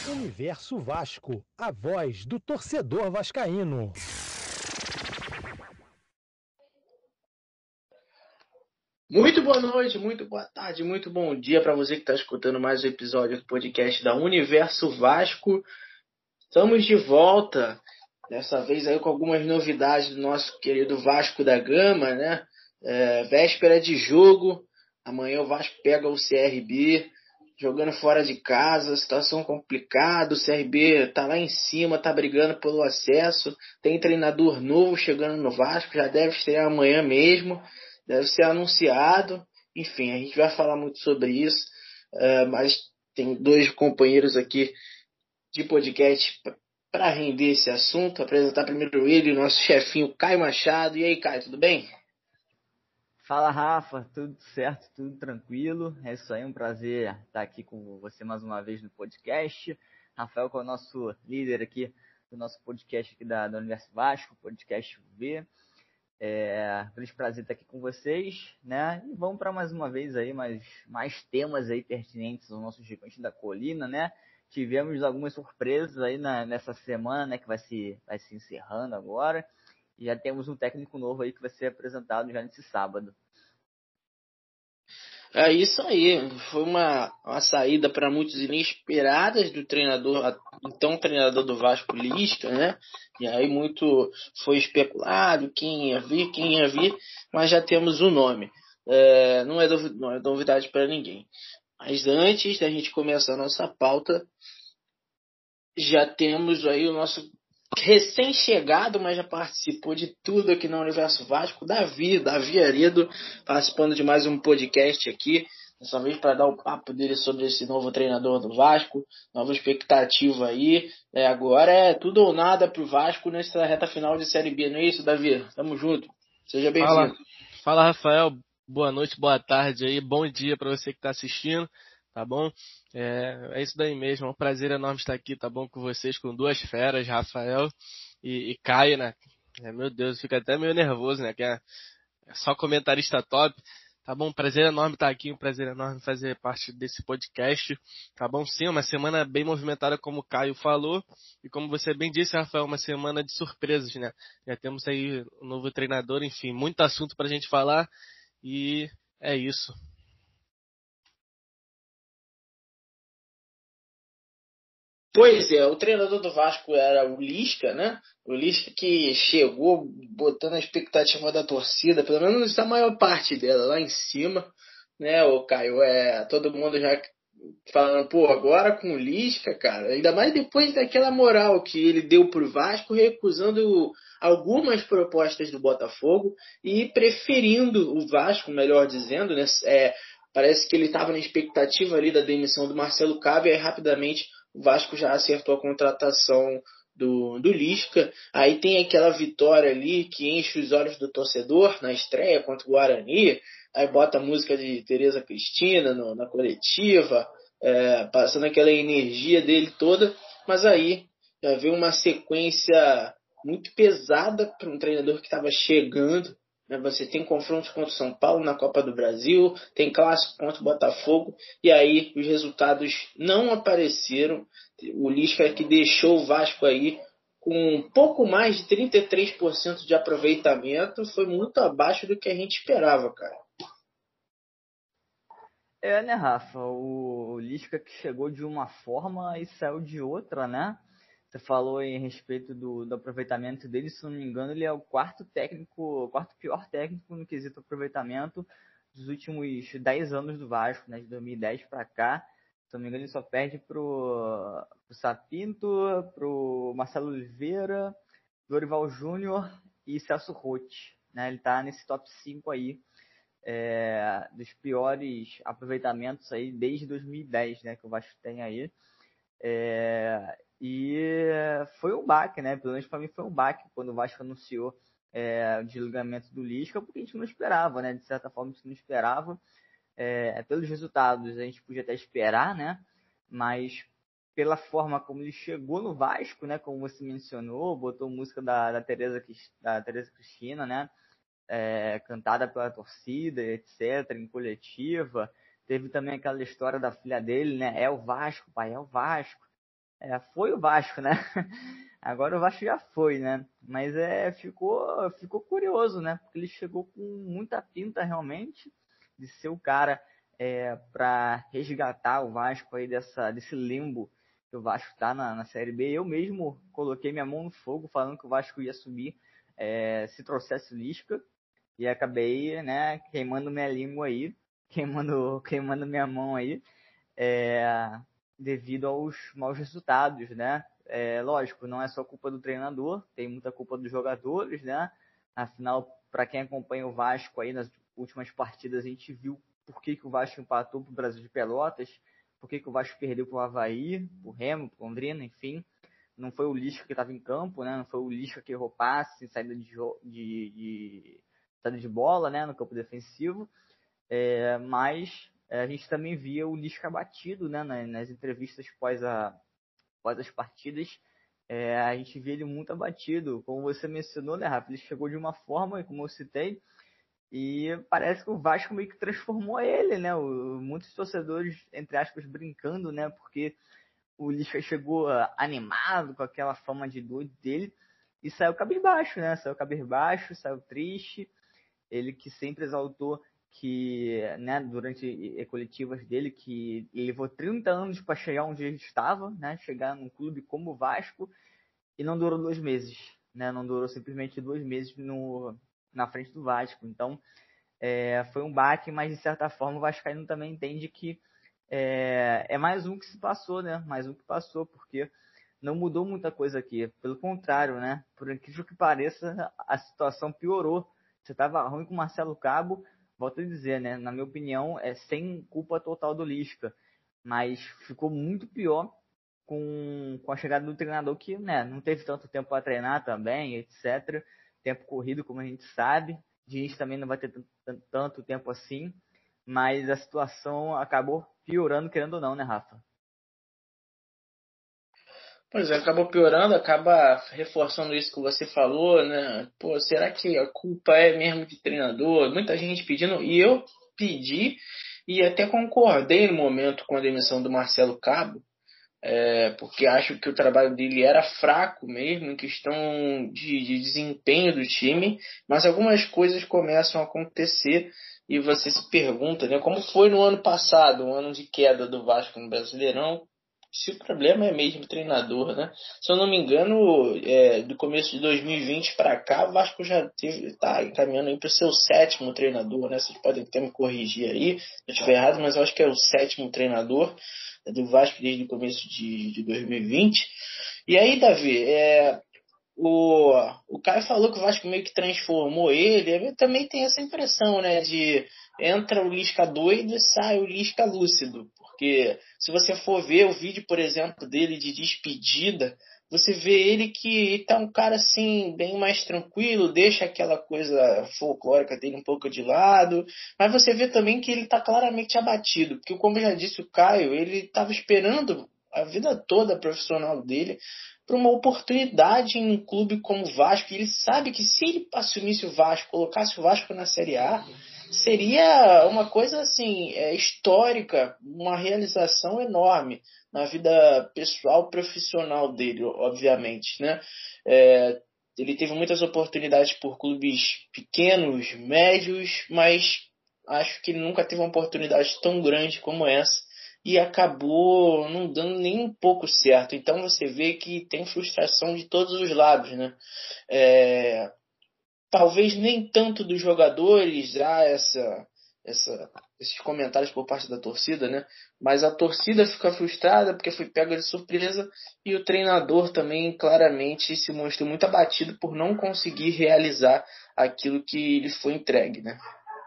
Universo Vasco, a voz do torcedor vascaíno. Muito boa noite, muito boa tarde, muito bom dia para você que está escutando mais um episódio do podcast da Universo Vasco. Estamos de volta, dessa vez aí com algumas novidades do nosso querido Vasco da Gama, né? Véspera de jogo, amanhã o Vasco pega o CRB, jogando fora de casa, situação complicada, o CRB tá lá em cima, tá brigando pelo acesso, tem treinador novo chegando no Vasco, já deve estrear amanhã mesmo, deve ser anunciado, enfim, a gente vai falar muito sobre isso, mas tem dois companheiros aqui de podcast para render esse assunto, apresentar primeiro ele, o nosso chefinho Caio Machado. E aí, Caio, tudo bem? Fala, Rafa, tudo certo, tudo tranquilo. É isso aí, um prazer estar aqui com você mais uma vez no podcast. Rafael, que é o nosso líder aqui do nosso podcast aqui da Universo Vasco, podcast V. Grande prazer estar aqui com vocês, né? E vamos para mais uma vez aí, mais temas aí pertinentes ao nosso gigante da colina, né? Tivemos algumas surpresas aí nessa semana, né? Que vai se encerrando agora. E já temos um técnico novo aí que vai ser apresentado já nesse sábado. É isso aí, foi uma saída para muitos inesperadas do treinador, então treinador do Vasco Lisca, né? E aí muito foi especulado quem ia vir, mas já temos o nome. Não é novidade para ninguém. Mas antes da gente começar a nossa pauta, já temos aí o nosso recém-chegado, mas já participou de tudo aqui no Universo Vasco, Davi Aredo, participando de mais um podcast aqui, dessa vez para dar o papo dele sobre esse novo treinador do Vasco, nova expectativa aí. Agora é tudo ou nada pro Vasco nessa reta final de Série B, não é isso, Davi? Tamo junto. Seja bem-vindo. Fala, Rafael. Boa noite, boa tarde aí, bom dia para você que está assistindo, tá bom? É isso daí mesmo, é um prazer enorme estar aqui, tá bom, com vocês, com duas feras, Rafael e Caio, né? Meu Deus, fica até meio nervoso, né? Que é só comentarista top. Tá bom, prazer enorme estar aqui, um prazer enorme fazer parte desse podcast, tá bom? Sim, uma semana bem movimentada, como o Caio falou, e como você bem disse, Rafael, uma semana de surpresas, né? Já temos aí um novo treinador, enfim, muito assunto pra gente falar, e é isso. Pois é, o treinador do Vasco era o Lisca, né? O Lisca que chegou botando a expectativa da torcida, pelo menos a maior parte dela lá em cima, né, o Caio? Todo mundo já falando, pô, agora com o Lisca, cara, ainda mais depois daquela moral que ele deu pro Vasco, recusando algumas propostas do Botafogo e preferindo o Vasco, melhor dizendo, né? Parece que ele estava na expectativa ali da demissão do Marcelo Cabo e aí rapidamente o Vasco já acertou a contratação do Lisca. Aí tem aquela vitória ali que enche os olhos do torcedor na estreia contra o Guarani. Aí bota a música de Tereza Cristina na coletiva, passando aquela energia dele toda. Mas aí já veio uma sequência muito pesada para um treinador que estava chegando. Você tem confrontos contra o São Paulo na Copa do Brasil, tem clássico contra o Botafogo, e aí os resultados não apareceram. O Lisca que deixou o Vasco aí com um pouco mais de 33% de aproveitamento, foi muito abaixo do que a gente esperava, cara. Né, Rafa? O Lisca que chegou de uma forma e saiu de outra, né? Você falou em respeito do aproveitamento dele, se não me engano, ele é o quarto pior técnico no quesito aproveitamento dos últimos 10 anos do Vasco, né? De 2010 para cá. Se não me engano, ele só perde pro Sapinto, pro Marcelo Oliveira, Dorival Júnior e Celso Roth, né? Ele tá nesse top 5 aí. Dos piores aproveitamentos aí desde 2010, né, que o Vasco tem aí. E foi um baque, né? Pelo menos para mim foi um baque quando o Vasco anunciou o desligamento do Lisca, porque a gente não esperava, né? De certa forma a gente não esperava. Pelos resultados a gente podia até esperar, né? Mas pela forma como ele chegou no Vasco, né? Como você mencionou, botou música da Tereza Cristina, né? Cantada pela torcida, etc., em coletiva. Teve também aquela história da filha dele, né? É o Vasco, pai, é o Vasco. Foi o Vasco, né? Agora o Vasco já foi, né? Mas ficou curioso, né? Porque ele chegou com muita pinta realmente de ser o cara para resgatar o Vasco aí desse limbo que o Vasco tá na Série B. Eu mesmo coloquei minha mão no fogo falando que o Vasco ia subir se trouxesse o Lisca e acabei, né, queimando minha língua aí, queimando minha mão aí, devido aos maus resultados, né? Lógico, não é só culpa do treinador, tem muita culpa dos jogadores, né? Afinal, para quem acompanha o Vasco aí nas últimas partidas, a gente viu por que o Vasco empatou para o Brasil de Pelotas, por que o Vasco perdeu para o Avaí, para o Remo, para o Londrina, enfim. Não foi o Lisca que estava em campo, né? Não foi o Lisca que errou passe, saída de bola, né? No campo defensivo. Mas a gente também via o Lisca abatido, né? Nas entrevistas após as partidas. A gente via ele muito abatido. Como você mencionou, né, Rafa? Ele chegou de uma forma, como eu citei, e parece que o Vasco meio que transformou ele, né? Muitos torcedores, entre aspas, brincando, né? Porque o Lisca chegou animado com aquela fama de doido dele e saiu cabisbaixo, né? Saiu cabisbaixo, saiu triste. Ele que sempre exaltou que, né, durante coletivas dele, que ele levou 30 anos para chegar onde ele estava, né? Chegar num clube como o Vasco, e não durou 2 meses, né? Não durou simplesmente 2 meses na frente do Vasco. Então, foi um baque, mas de certa forma o vascaíno também entende que é mais um que se passou, né? Mais um que passou, porque não mudou muita coisa aqui. Pelo contrário, né? Por incrível que pareça, a situação piorou. Você estava ruim com o Marcelo Cabo, volto a dizer, né? Na minha opinião, sem culpa total do Lisca. Mas ficou muito pior com a chegada do treinador que, né, não teve tanto tempo para treinar também, etc. Tempo corrido, como a gente sabe. Diniz também não vai ter tanto tempo assim. Mas a situação acabou piorando, querendo ou não, né, Rafa? Pois é, acabou piorando, acaba reforçando isso que você falou, né? Pô, será que a culpa é mesmo de treinador? Muita gente pedindo, e eu pedi e até concordei no momento com a demissão do Marcelo Cabo, porque acho que o trabalho dele era fraco mesmo em questão de desempenho do time, mas algumas coisas começam a acontecer e você se pergunta, né, como foi no ano passado, um ano de queda do Vasco no Brasileirão, se o problema é mesmo o treinador, né? Se eu não me engano, do começo de 2020 para cá, o Vasco já está encaminhando para o seu 7º treinador, né? Vocês podem até me corrigir aí se eu estiver errado, mas eu acho que é o 7º treinador do Vasco desde o começo de 2020. E aí, Davi, o Caio falou que o Vasco meio que transformou ele. Eu também tenho essa impressão, né? De entra o Lisca doido e sai o Lisca lúcido. Porque se você for ver o vídeo, por exemplo, dele de despedida, você vê ele que tá um cara assim, bem mais tranquilo, deixa aquela coisa folclórica dele um pouco de lado, mas você vê também que ele tá claramente abatido, porque como já disse o Caio, ele estava esperando a vida toda profissional dele para uma oportunidade em um clube como o Vasco, e ele sabe que se ele assumisse o Vasco, colocasse o Vasco na Série A, seria uma coisa assim, histórica, uma realização enorme na vida pessoal, profissional dele, obviamente, né? Ele teve muitas oportunidades por clubes pequenos, médios, mas acho que ele nunca teve uma oportunidade tão grande como essa e acabou não dando nem um pouco certo. Então você vê que tem frustração de todos os lados, né? Talvez nem tanto dos jogadores esses comentários por parte da torcida, né? Mas a torcida fica frustrada porque foi pega de surpresa e o treinador também claramente se mostrou muito abatido por não conseguir realizar aquilo que lhe foi entregue, né?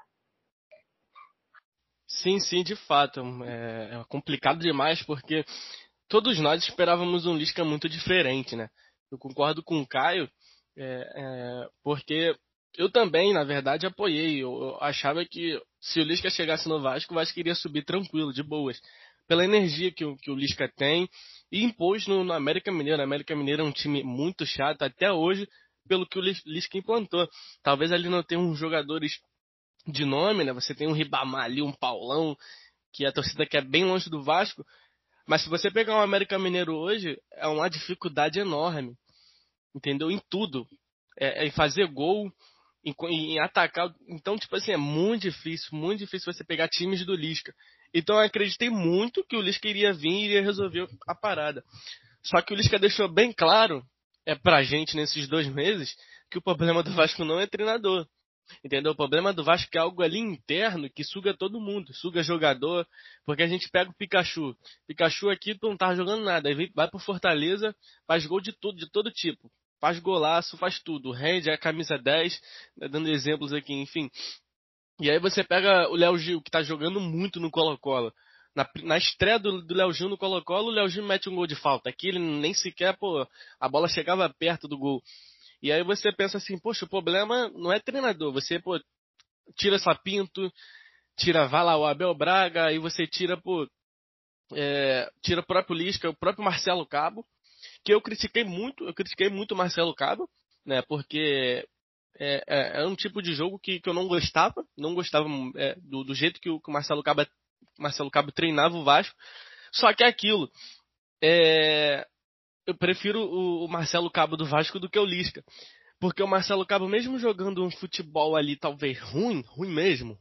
Sim, de fato. É complicado demais porque todos nós esperávamos um Lisca muito diferente, né? Eu concordo com o Caio, porque eu também, na verdade, apoiei. Eu achava que se o Lisca chegasse no Vasco, o Vasco iria subir tranquilo, de boas. Pela energia que o Lisca tem e impôs no América Mineiro. O América Mineiro é um time muito chato até hoje, pelo que o Lisca implantou. Talvez ali não tenha uns jogadores de nome, né? Você tem um Ribamar ali, um Paulão, que a torcida quer bem longe do Vasco, Mas se você pegar o América Mineiro hoje, é uma dificuldade enorme, entendeu? Em tudo. Em fazer gol, em atacar. Então, tipo assim, é muito difícil você pegar times do Lisca. Então eu acreditei muito que o Lisca iria vir e iria resolver a parada. Só que o Lisca deixou bem claro, pra gente nesses 2 meses, que o problema do Vasco não é treinador. Entendeu? O problema do Vasco é algo ali interno que suga todo mundo, suga jogador, porque a gente pega o Pikachu. Pikachu aqui não tá jogando nada, aí vai pro Fortaleza, faz gol de tudo, de todo tipo. Faz golaço, faz tudo. Rende a camisa 10, dando exemplos aqui, enfim. E aí você pega o Léo Gil, que tá jogando muito no Colo-Colo. Na estreia do Léo Gil no Colo-Colo, o Léo Gil mete um gol de falta. Aqui ele nem sequer, a bola chegava perto do gol. E aí você pensa assim, poxa, o problema não é treinador. Você, tira Sapinto, vai lá o Abel Braga, aí você tira o próprio Lisca, o próprio Marcelo Cabo, que eu critiquei muito o Marcelo Cabo, né, porque é um tipo de jogo que eu não gostava do jeito que o Marcelo Cabo treinava o Vasco, só que é aquilo, eu prefiro o Marcelo Cabo do Vasco do que o Lisca. Porque o Marcelo Cabo, mesmo jogando um futebol ali, talvez ruim mesmo,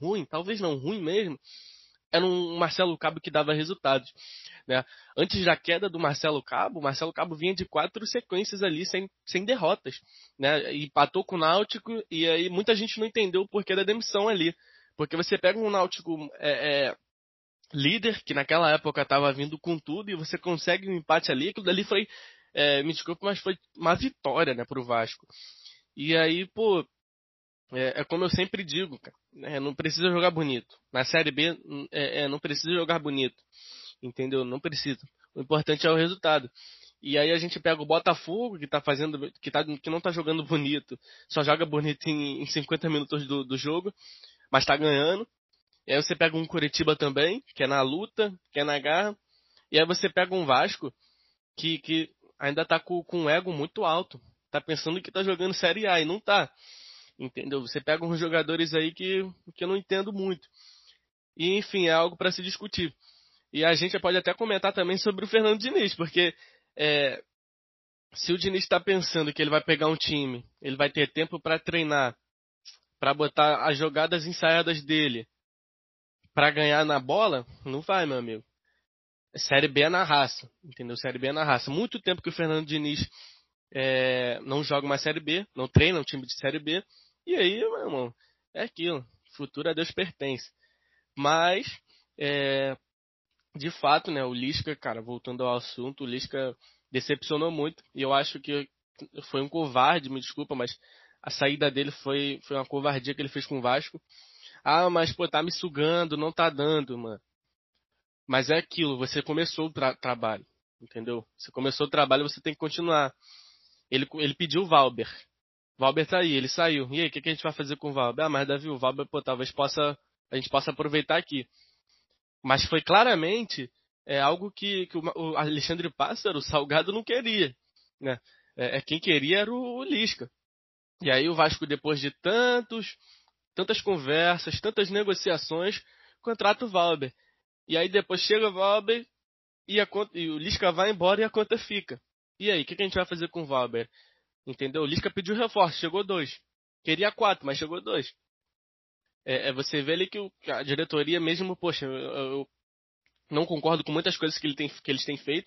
era um Marcelo Cabo que dava resultados. Né? Antes da queda do Marcelo Cabo, o Marcelo Cabo vinha de 4 sequências ali sem derrotas. Né? E empatou com o Náutico, e aí muita gente não entendeu o porquê da demissão ali. Porque você pega um Náutico líder, que naquela época estava vindo com tudo, e você consegue um empate ali, aquilo dali foi, me desculpe, mas foi uma vitória, né, pro Vasco. E aí, como eu sempre digo, cara, não precisa jogar bonito. Na Série B, não precisa jogar bonito, entendeu? Não precisa. O importante é o resultado. E aí a gente pega o Botafogo, que não tá jogando bonito, só joga bonito em 50 minutos do jogo, mas tá ganhando. E aí você pega um Curitiba também, que é na luta, que é na garra. E aí você pega um Vasco, que ainda tá com um ego muito alto. Tá pensando que tá jogando Série A e não tá. Entendeu? Você pega uns jogadores aí que eu não entendo muito. E enfim, é algo para se discutir. E a gente pode até comentar também sobre o Fernando Diniz, porque se o Diniz está pensando que ele vai pegar um time, ele vai ter tempo para treinar, para botar as jogadas ensaiadas dele, para ganhar na bola, não vai, meu amigo. Série B é na raça, entendeu? Série B é na raça. Muito tempo que o Fernando Diniz não joga uma Série B, não treina um time de Série B. E aí, meu irmão, é aquilo. Futuro a Deus pertence. Mas, de fato, né, o Lisca, cara, voltando ao assunto, o Lisca decepcionou muito. E eu acho que foi um covarde, me desculpa, mas a saída dele foi uma covardia que ele fez com o Vasco. Ah, mas, tá me sugando, não tá dando, mano. Mas é aquilo, você começou o trabalho, entendeu? Você começou o trabalho, você tem que continuar. Ele pediu o Valber. Valber tá aí, ele saiu. E aí, o que a gente vai fazer com o Valber? Ah, mas Davi, o Valber, talvez a gente possa aproveitar aqui. Mas foi claramente algo que o Alexandre Pássaro, o Salgado, não queria. Né? Quem queria era o Lisca. E aí o Vasco, depois de tantas conversas, tantas negociações, contrata o Valber. E aí depois chega o Valber e o Lisca vai embora e a conta fica. E aí, o que a gente vai fazer com o Valber? Entendeu? O Lisca pediu reforço, chegou 2. Queria 4, mas chegou 2. Você vê ali que a diretoria mesmo, poxa, eu não concordo com muitas coisas que eles têm feito,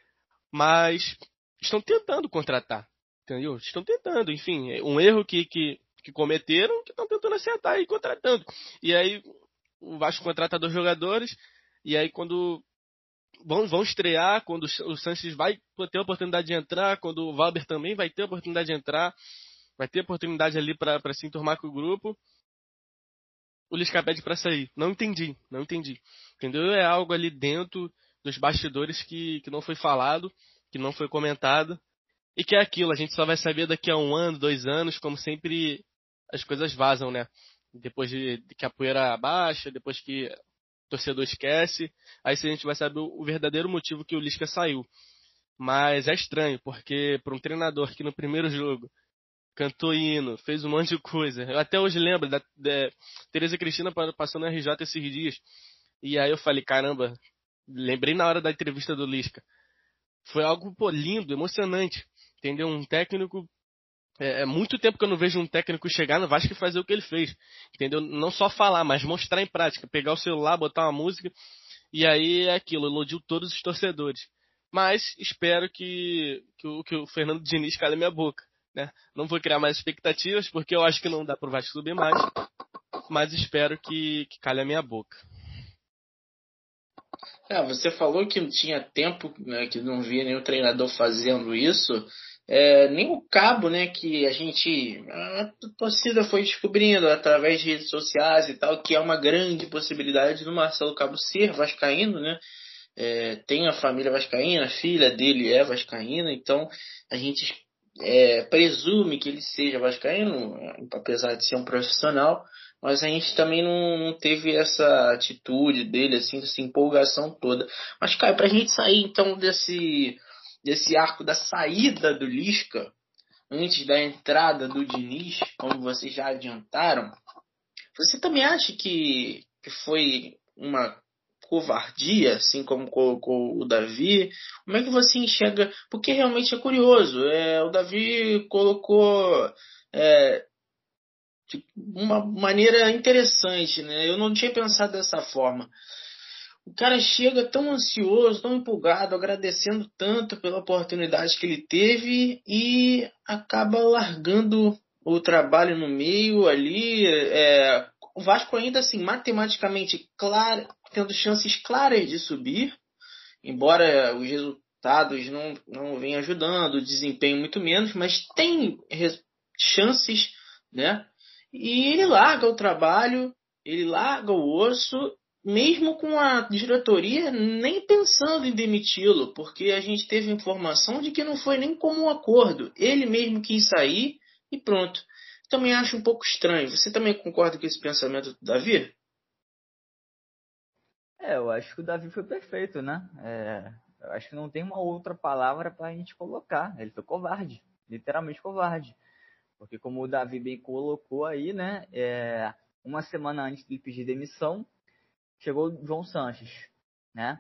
mas estão tentando contratar. Entendeu? Estão tentando, enfim, um erro que cometeram, que estão tentando acertar e contratando. E aí o Vasco contrata 2 jogadores, e aí quando vão estrear, quando o Sanches vai ter a oportunidade de entrar, quando o Valber também vai ter a oportunidade de entrar, vai ter a oportunidade ali para se enturmar com o grupo, o Lisca pede para sair. Não entendi. Entendeu? É algo ali dentro dos bastidores que não foi falado, que não foi comentado, e que é aquilo, a gente só vai saber daqui a 1 ano, 2 anos, como sempre as coisas vazam, né? Depois de que a poeira abaixa, depois que o torcedor esquece, aí a gente vai saber o verdadeiro motivo que o Lisca saiu. Mas é estranho, porque para um treinador que no primeiro jogo cantou hino, fez um monte de coisa. Eu até hoje lembro da Tereza Cristina passou no RJ esses dias. E aí eu falei, caramba, lembrei na hora da entrevista do Lisca. Foi algo, pô, lindo, emocionante, entendeu? Um técnico, é muito tempo que eu não vejo um técnico chegar no Vasco e fazer o que ele fez, entendeu? Não só falar, mas mostrar em prática, pegar o celular, botar uma música, e aí é aquilo, elogiou todos os torcedores. Mas espero que o Fernando Diniz cale minha boca, né? Não vou criar mais expectativas, porque eu acho que não dá pro Vasco subir mais, mas espero que calhe a minha boca. Você falou que não tinha tempo, né, que não via nenhum treinador fazendo isso. Nem o Cabo, né, que a torcida foi descobrindo através de redes sociais e tal, que é uma grande possibilidade do Marcelo Cabo ser vascaíno, né? Tem a família vascaína, a filha dele é vascaína, então a gente presume que ele seja vascaíno, apesar de ser um profissional, mas a gente também não teve essa atitude dele, assim, essa empolgação toda. Mas, Caio, pra gente sair então desse arco da saída do Lisca, antes da entrada do Diniz, como vocês já adiantaram, você também acha que foi uma covardia, assim como colocou o Davi? Como é que você enxerga? Porque realmente é curioso. O Davi colocou de uma maneira interessante, né? Eu não tinha pensado dessa forma. O cara chega tão ansioso, tão empolgado, agradecendo tanto pela oportunidade que ele teve e acaba largando o trabalho no meio ali. O Vasco ainda assim, matematicamente, claro, tendo chances claras de subir, embora os resultados não venham ajudando, o desempenho muito menos, mas tem chances, né? E ele larga o trabalho, ele larga o osso, mesmo com a diretoria nem pensando em demiti-lo, porque a gente teve informação de que não foi nem como um acordo. Ele mesmo quis sair e pronto. Também acho um pouco estranho. Você também concorda com esse pensamento do Davi? Eu acho que o Davi foi perfeito, né? Eu acho que não tem uma outra palavra para a gente colocar. Ele foi covarde, literalmente covarde. Porque como o Davi bem colocou aí, né? Uma semana antes de ele pedir demissão, chegou o João Sanches, né?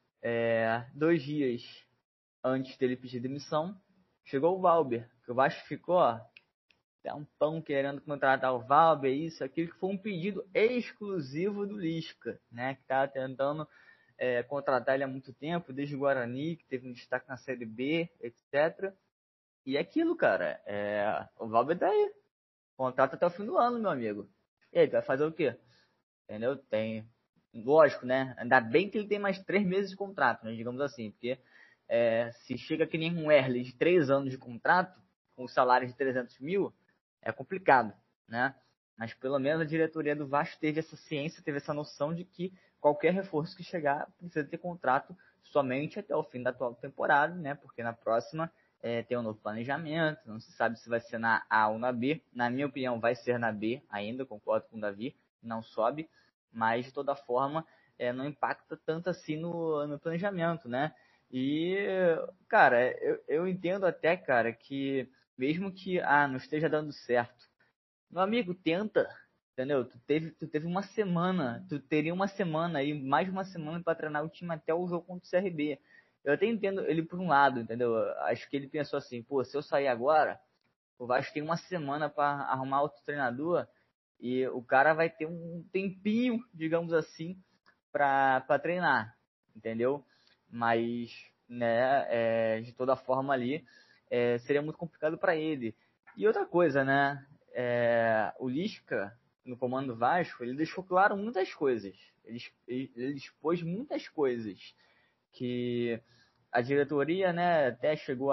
2 dias antes dele pedir demissão, chegou o Valber, que o Vasco ficou, ó, tempão querendo contratar o Valber, isso, aquilo, que foi um pedido exclusivo do Lisca, né? Que estava tentando contratar ele há muito tempo, desde o Guarani, que teve um destaque na Série B, etc. E é aquilo, cara, o Valber tá aí, contrato até o fim do ano, meu amigo. E aí, vai fazer o quê? Entendeu? Lógico, né? Ainda bem que ele tem mais 3 meses de contrato, né? Digamos assim, porque se chega que nem um Erle de 3 anos de contrato, com um salário de 300 mil, é complicado, né? Mas pelo menos a diretoria do Vasco teve essa ciência, teve essa noção de que qualquer reforço que chegar precisa ter contrato somente até o fim da atual temporada, né? Porque na próxima tem um novo planejamento, não se sabe se vai ser na A ou na B. Na minha opinião, vai ser na B ainda, concordo com o Davi, não sobe, mas de toda forma não impacta tanto assim no planejamento, né? E, cara, eu entendo até, cara, que mesmo que não esteja dando certo, meu amigo, tenta, entendeu? Tu teve uma semana, tu teria uma semana aí, mais de uma semana para treinar o time até o jogo contra o CRB. Eu até entendo ele por um lado, entendeu? Acho que ele pensou assim, pô, se eu sair agora, o Vasco tem uma semana para arrumar outro treinador e o cara vai ter um tempinho, digamos assim, para treinar, entendeu? Mas, né, de toda forma ali, seria muito complicado para ele. E outra coisa, né, o Lisca, no comando Vasco, ele deixou claro muitas coisas. Ele expôs muitas coisas que a diretoria, né, até chegou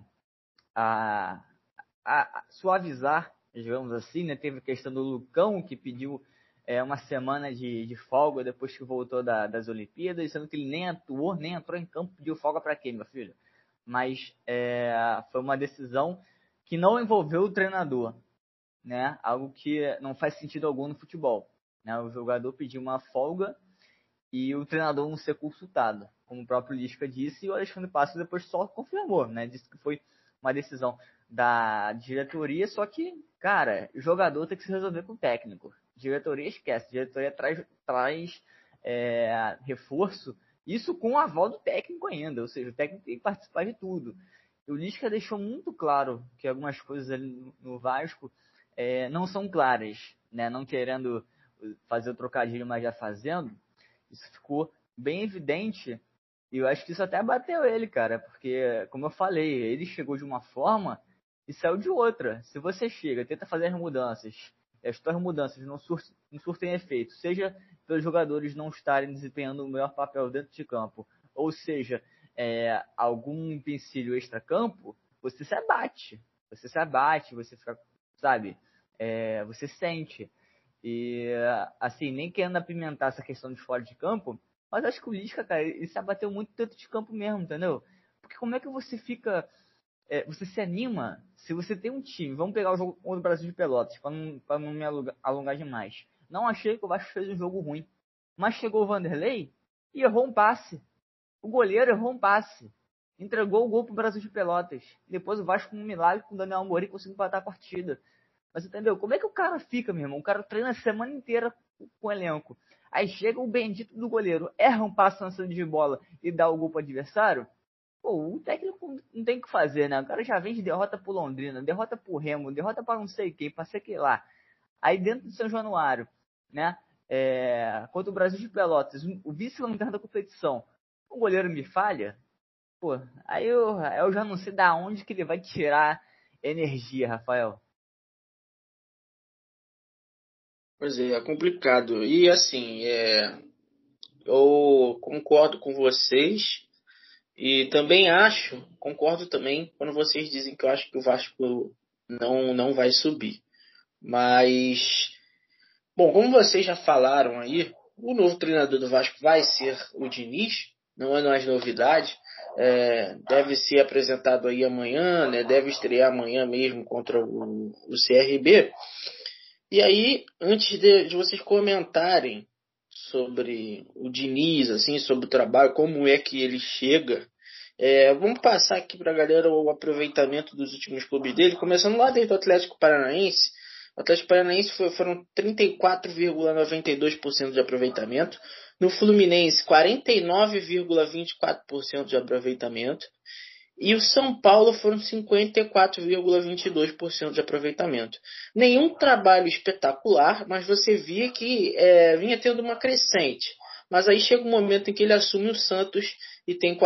a suavizar, digamos assim, né? Teve a questão do Lucão, que pediu uma semana de folga depois que voltou das Olimpíadas, sendo que ele nem atuou, nem entrou em campo, pediu folga para quê, meu filho? Mas foi uma decisão que não envolveu o treinador, né? Algo que não faz sentido algum no futebol, né? O jogador pediu uma folga e o treinador não ser consultado, como o próprio Lisca disse, e o Alexandre Passos depois só confirmou, né? Disse que foi uma decisão da diretoria, só que, cara, o jogador tem que se resolver com o técnico. Diretoria esquece, diretoria traz reforço Isso com o aval do técnico ainda, ou seja, o técnico tem que participar de tudo. E o Lisca deixou muito claro que algumas coisas ali no Vasco não são claras, né? Não querendo fazer o trocadilho, mas já fazendo. Isso ficou bem evidente e eu acho que isso até bateu ele, cara, porque, como eu falei, ele chegou de uma forma e saiu de outra. Se você chega, tenta fazer as mudanças, e as suas mudanças não surtem efeito, seja pelos jogadores não estarem desempenhando o melhor papel dentro de campo, ou seja, algum empecilho extra-campo, você se abate. Você fica, sabe, você sente. E, assim, nem querendo apimentar essa questão de fora de campo, mas acho que o Lisca, cara, ele se abateu muito dentro de campo mesmo, entendeu? Porque como é que você fica... você se anima se você tem um time... Vamos pegar o jogo do Brasil de Pelotas, para não me alongar demais. Não achei que o Vasco fez um jogo ruim. Mas chegou o Vanderlei e errou um passe. O goleiro errou um passe. Entregou o gol pro Brasil de Pelotas. Depois o Vasco, um milagre, com o Daniel Amorim, conseguiu empatar a partida. Mas entendeu? Como é que o cara fica, meu irmão? O cara treina a semana inteira com o elenco. Aí chega o bendito do goleiro, erra um passo lançando de bola e dá o gol pro adversário. Pô, o técnico não tem o que fazer, né? O cara já vem de derrota pro Londrina, derrota pro Remo, derrota para não sei quem, pra sei que lá. Aí dentro de São Januário, né? Contra o Brasil de Pelotas, o vice-lanterna da competição, o goleiro me falha, pô, aí eu já não sei da onde que ele vai tirar energia, Rafael. Pois é complicado. E assim, eu concordo com vocês e também concordo também quando vocês dizem que eu acho que o Vasco não vai subir. Mas, bom, como vocês já falaram aí, o novo treinador do Vasco vai ser o Diniz, não é mais novidade. Deve ser apresentado aí amanhã, né? Deve estrear amanhã mesmo contra o CRB. E aí, antes de vocês comentarem sobre o Diniz, assim, sobre o trabalho, como é que ele chega, vamos passar aqui para a galera o aproveitamento dos últimos clubes dele, começando lá desde o Atlético Paranaense. O Atlético Paranaense foram 34,92% de aproveitamento. No Fluminense, 49,24% de aproveitamento. E o São Paulo foram 54,22% de aproveitamento. Nenhum trabalho espetacular, mas você via que vinha tendo uma crescente. Mas aí chega um momento em que ele assume o Santos e tem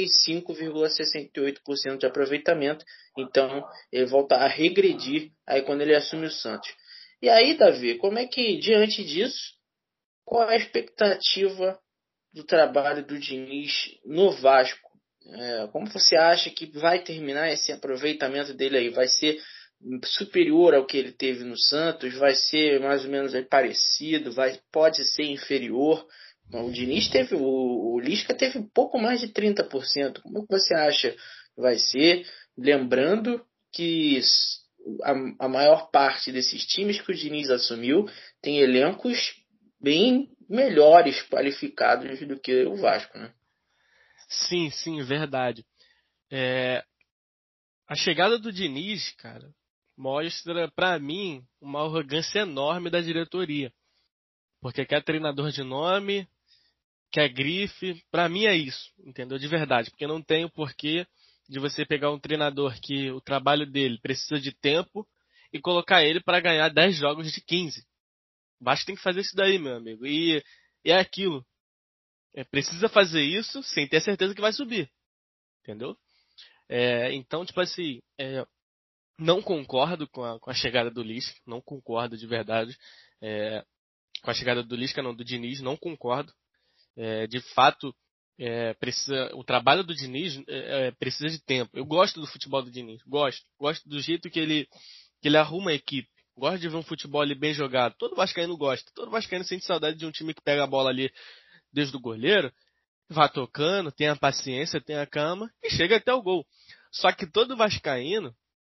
45,68% de aproveitamento. Então ele volta a regredir aí quando ele assume o Santos. E aí, Davi, como é que, diante disso, qual é a expectativa do trabalho do Diniz no Vasco? Como você acha que vai terminar esse aproveitamento dele aí? Vai ser superior ao que ele teve no Santos? Vai ser mais ou menos parecido? Pode ser inferior? O Diniz teve, o Lisca teve um pouco mais de 30%. Como você acha que vai ser? Lembrando que a maior parte desses times que o Diniz assumiu tem elencos bem melhores qualificados do que o Vasco, né? Sim, verdade. A chegada do Diniz, cara, mostra pra mim uma arrogância enorme da diretoria. Porque quer treinador de nome, quer grife, pra mim é isso, entendeu? De verdade, porque não tem o porquê de você pegar um treinador que o trabalho dele precisa de tempo e colocar ele para ganhar 10 jogos de 15. O Vasco tem que fazer isso daí, meu amigo. E é aquilo. Precisa fazer isso sem ter certeza que vai subir. Entendeu? Então, tipo assim, não concordo com a chegada do Lisca. Não concordo de verdade. Com a chegada do Lisca, não, do Diniz, não concordo. De fato, o trabalho do Diniz precisa de tempo. Eu gosto do futebol do Diniz. Gosto do jeito que ele arruma a equipe. Gosto de ver um futebol ali bem jogado. Todo vascaíno gosta. Todo vascaíno sente saudade de um time que pega a bola ali desde o goleiro, vá tocando, tenha paciência, tenha calma e chega até o gol. Só que todo vascaíno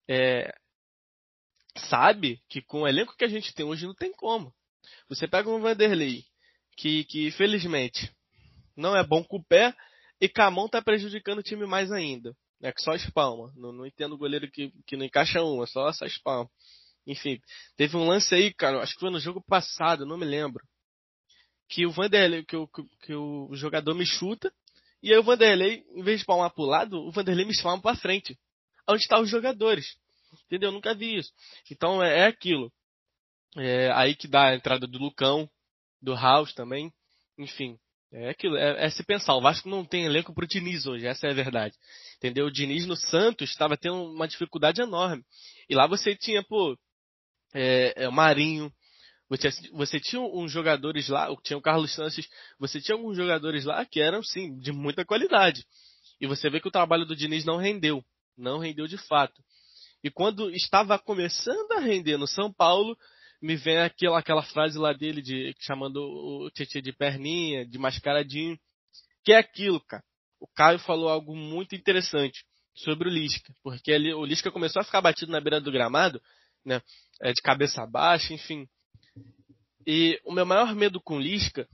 sabe que com o elenco que a gente tem hoje não tem como. Você pega um Vanderlei, que felizmente não é bom com o pé, e com a mão tá prejudicando o time mais ainda. Que só espalma. Não entendo o goleiro que não encaixa uma, só espalma. Enfim, teve um lance aí, cara, acho que foi no jogo passado, não me lembro, que o Vanderlei, que o jogador me chuta, e aí o Vanderlei, em vez de palmar pro lado, o Vanderlei me palma pra frente. Onde estão os jogadores. Entendeu? Eu nunca vi isso. Então é aquilo. É aí que dá a entrada do Lucão, do House também. Enfim, é aquilo. É se pensar. O Vasco não tem elenco pro Diniz hoje, essa é a verdade. Entendeu? O Diniz no Santos estava tendo uma dificuldade enorme. E lá você tinha, o Marinho. Você tinha uns jogadores lá, tinha o Carlos Sanches, você tinha alguns jogadores lá que eram, sim, de muita qualidade. E você vê que o trabalho do Diniz não rendeu. Não rendeu de fato. E quando estava começando a render no São Paulo, me vem aquela frase lá dele, chamando o Tietê de perninha, de mascaradinho. Que é aquilo, cara. O Caio falou algo muito interessante sobre o Lisca. Porque o Lisca começou a ficar batido na beira do gramado, né, de cabeça baixa, enfim. E o meu maior medo com o Lisca,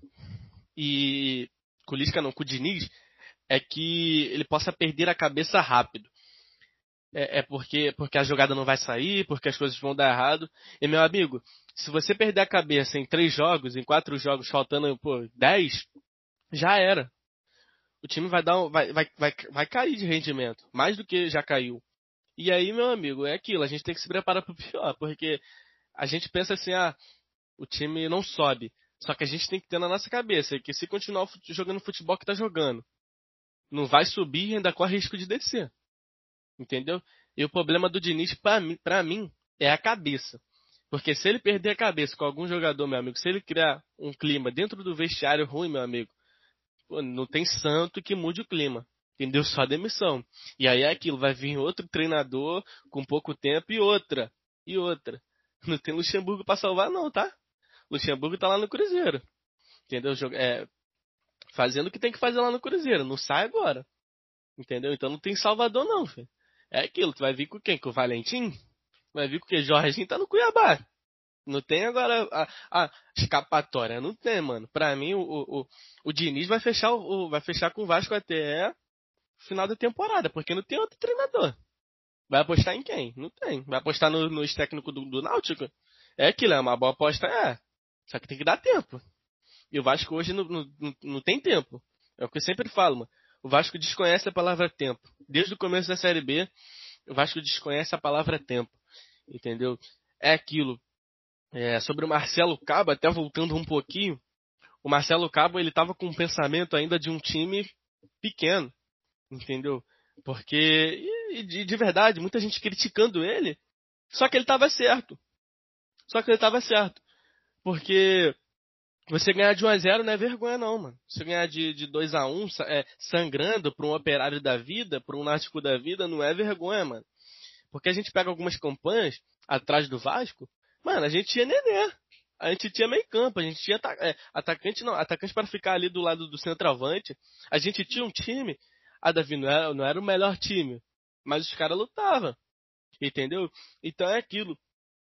com o Diniz, é que ele possa perder a cabeça rápido. Porque a jogada não vai sair, porque as coisas vão dar errado. E, meu amigo, se você perder a cabeça em 3 jogos, em 4 jogos, faltando 10, já era. O time vai cair de rendimento, mais do que já caiu. E aí, meu amigo, é aquilo, a gente tem que se preparar para o pior, porque a gente pensa assim, o time não sobe. Só que a gente tem que ter na nossa cabeça que se continuar jogando futebol que tá jogando, não vai subir e ainda corre risco de descer. Entendeu? E o problema do Diniz, pra mim, é a cabeça. Porque se ele perder a cabeça com algum jogador, meu amigo, se ele criar um clima dentro do vestiário ruim, meu amigo, não tem santo que mude o clima. Entendeu? Só demissão. E aí é aquilo, vai vir outro treinador com pouco tempo e outra. Não tem Luxemburgo pra salvar não, tá? Luxemburgo tá lá no Cruzeiro. Entendeu? Fazendo o que tem que fazer lá no Cruzeiro. Não sai agora. Entendeu? Então não tem salvador não, filho. É aquilo, tu vai vir com quem? Com o Valentim? Vai vir com o quê? Jorginho tá no Cuiabá. Não tem agora a escapatória. Não tem, mano. Pra mim, o Diniz vai fechar com o Vasco até o final da temporada, porque não tem outro treinador. Vai apostar em quem? Não tem. Vai apostar no ex-técnico do Náutico? É aquilo, é uma boa aposta, Só que tem que dar tempo. E o Vasco hoje não tem tempo. É o que eu sempre falo, mano. O Vasco desconhece a palavra tempo. Desde o começo da Série B, o Vasco desconhece a palavra tempo. Entendeu? É aquilo. Sobre o Marcelo Cabo, até voltando um pouquinho, o Marcelo Cabo, ele tava com um pensamento ainda de um time pequeno. Entendeu? Porque, de verdade, muita gente criticando ele, só que ele tava certo. Porque você ganhar de 1-0 não é vergonha não, mano. Você ganhar de 2-1, sangrando pra um Operário da vida, pra um Náutico da vida, não é vergonha, mano. Porque a gente pega algumas campanhas atrás do Vasco, mano, a gente tinha Nenê. A gente tinha meio campo, a gente tinha atacante para ficar ali do lado do centroavante. A gente tinha um time, Davi, não era o melhor time, mas os caras lutavam, entendeu? Então é aquilo.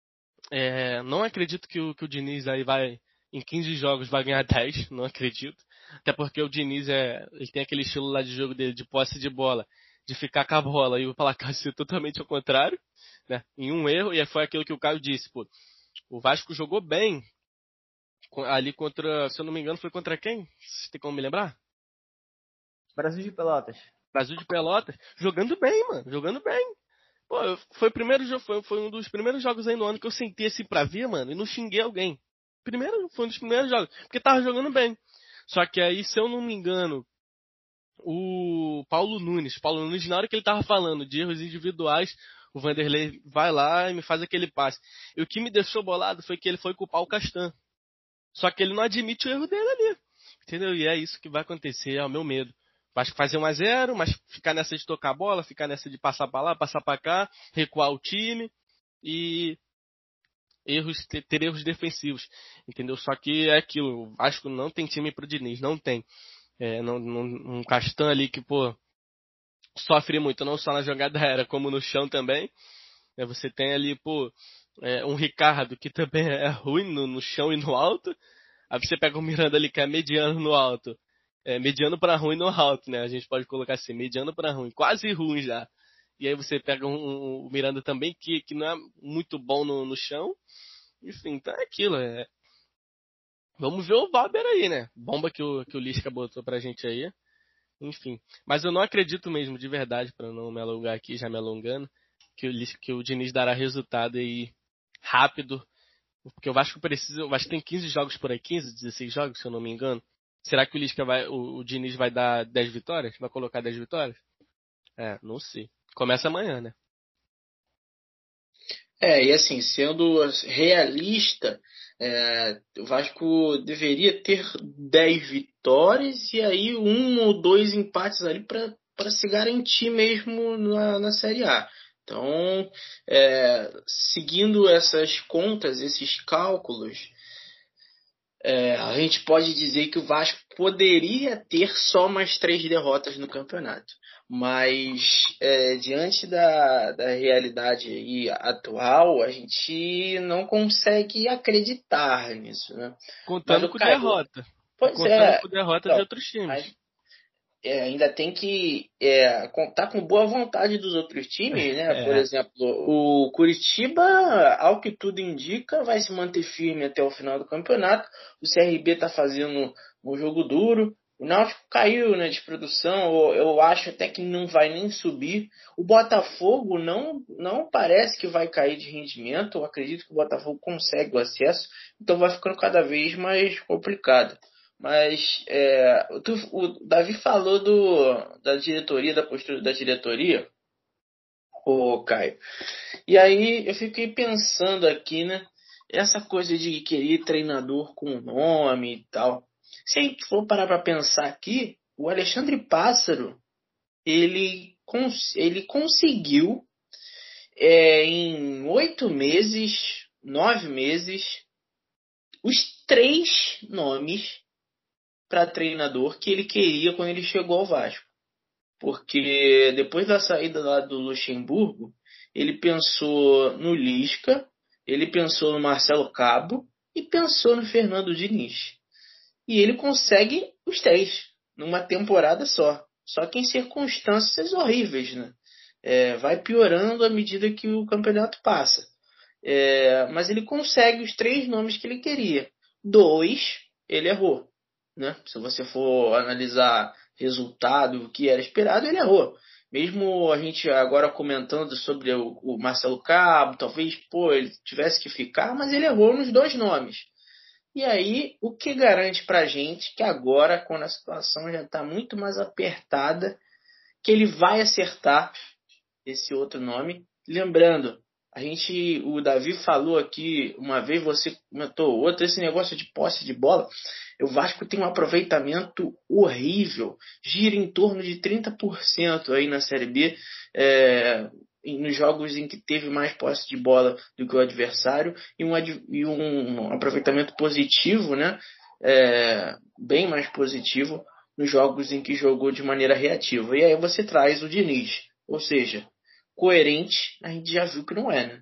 Não acredito que o Diniz aí em 15 jogos vai ganhar 10, não acredito. Até porque o Diniz ele tem aquele estilo lá de jogo dele, de posse de bola, de ficar com a bola e o placar ser totalmente ao contrário, né? Em um erro, e foi aquilo que o Caio disse, o Vasco jogou bem ali contra, se eu não me engano, foi contra quem? Você tem como me lembrar? Brasil de Pelotas. Brasil de Pelotas, jogando bem, mano, jogando bem. Foi um dos primeiros jogos aí no ano que eu sentei assim pra ver, mano, e não xinguei alguém. Foi um dos primeiros jogos, porque tava jogando bem. Só que aí, se eu não me engano, o Paulo Nunes, na hora que ele tava falando de erros individuais, o Vanderlei vai lá e me faz aquele passe. E o que me deixou bolado foi que ele foi culpar o Castan. Só que ele não admite o erro dele ali. Entendeu? E é isso que vai acontecer, é o meu medo. Vasco fazer 1-0, mas ficar nessa de tocar a bola, ficar nessa de passar pra lá, passar pra cá, recuar o time e ter erros defensivos, entendeu? Só que é aquilo, o Vasco não tem time pro Diniz, não tem. Um Castan ali que, sofre muito, não só na jogada aérea, como no chão também. Você tem ali, um Ricardo que também é ruim no chão e no alto. Aí você pega o Miranda ali que é mediano no alto. Mediano para ruim no alto, né? A gente pode colocar assim, mediano para ruim, quase ruim já. E aí você pega o Miranda também, que não é muito bom no chão. Enfim, então é aquilo. Vamos ver o Valber aí, né? Bomba que o Lisca botou pra gente aí. Enfim. Mas eu não acredito mesmo, de verdade, pra não me alongar aqui, já me alongando, que o Diniz dará resultado aí rápido. Porque o Vasco precisa. O Vasco tem 15 jogos por aí, 15, 16 jogos, se eu não me engano. Será que o Lisca vai. O Diniz vai dar 10 vitórias? Vai colocar 10 vitórias? Não sei. Começa amanhã, né? E assim, sendo realista, o Vasco deveria ter 10 vitórias e aí um ou dois empates ali para se garantir mesmo na Série A. Então, seguindo essas contas, esses cálculos, a gente pode dizer que o Vasco poderia ter só mais 3 derrotas no campeonato. Mas, diante da realidade aí atual, a gente não consegue acreditar nisso, né? Mas Contando o com Caio, derrota. pois Contando é, com derrota de então, outros times. ainda tem que contar com boa vontade dos outros times, né? Por É, exemplo, o Curitiba, ao que tudo indica, vai se manter firme até o final do campeonato. O CRB está fazendo um jogo duro. O Náutico caiu na desprodução, eu acho até que não vai nem subir. O Botafogo não parece que vai cair de rendimento. Eu acredito que o Botafogo consegue o acesso, então vai ficando cada vez mais complicado. Mas o Davi falou da diretoria, da postura da diretoria, ô Caio. E aí eu fiquei pensando aqui, né? Essa coisa de querer treinador com nome e tal. Se a gente for parar para pensar aqui, o Alexandre Pássaro, ele conseguiu, em 8 meses, 9 meses, os 3 nomes para treinador que ele queria quando ele chegou ao Vasco. Porque depois da saída lá do Luxemburgo, ele pensou no Lisca, ele pensou no Marcelo Cabo e pensou no Fernando Diniz. E ele consegue os 3 numa temporada só. Só que em circunstâncias horríveis, né? Vai piorando à medida que o campeonato passa. Mas ele consegue os 3 nomes que ele queria. 2, ele errou, né? Se você for analisar resultado, o que era esperado, ele errou. Mesmo a gente agora comentando sobre o Marcelo Cabo, talvez ele tivesse que ficar, mas ele errou nos 2 nomes. E aí, o que garante pra gente que agora, quando a situação já está muito mais apertada, que ele vai acertar esse outro nome? Lembrando, o Davi falou aqui uma vez, você comentou outra, esse negócio de posse de bola. O Vasco tem um aproveitamento horrível, gira em torno de 30% aí na Série B, nos jogos em que teve mais posse de bola do que o adversário, e um aproveitamento positivo, né? Bem mais positivo nos jogos em que jogou de maneira reativa. E aí você traz o Diniz, ou seja, coerente, a gente já viu que não é, né?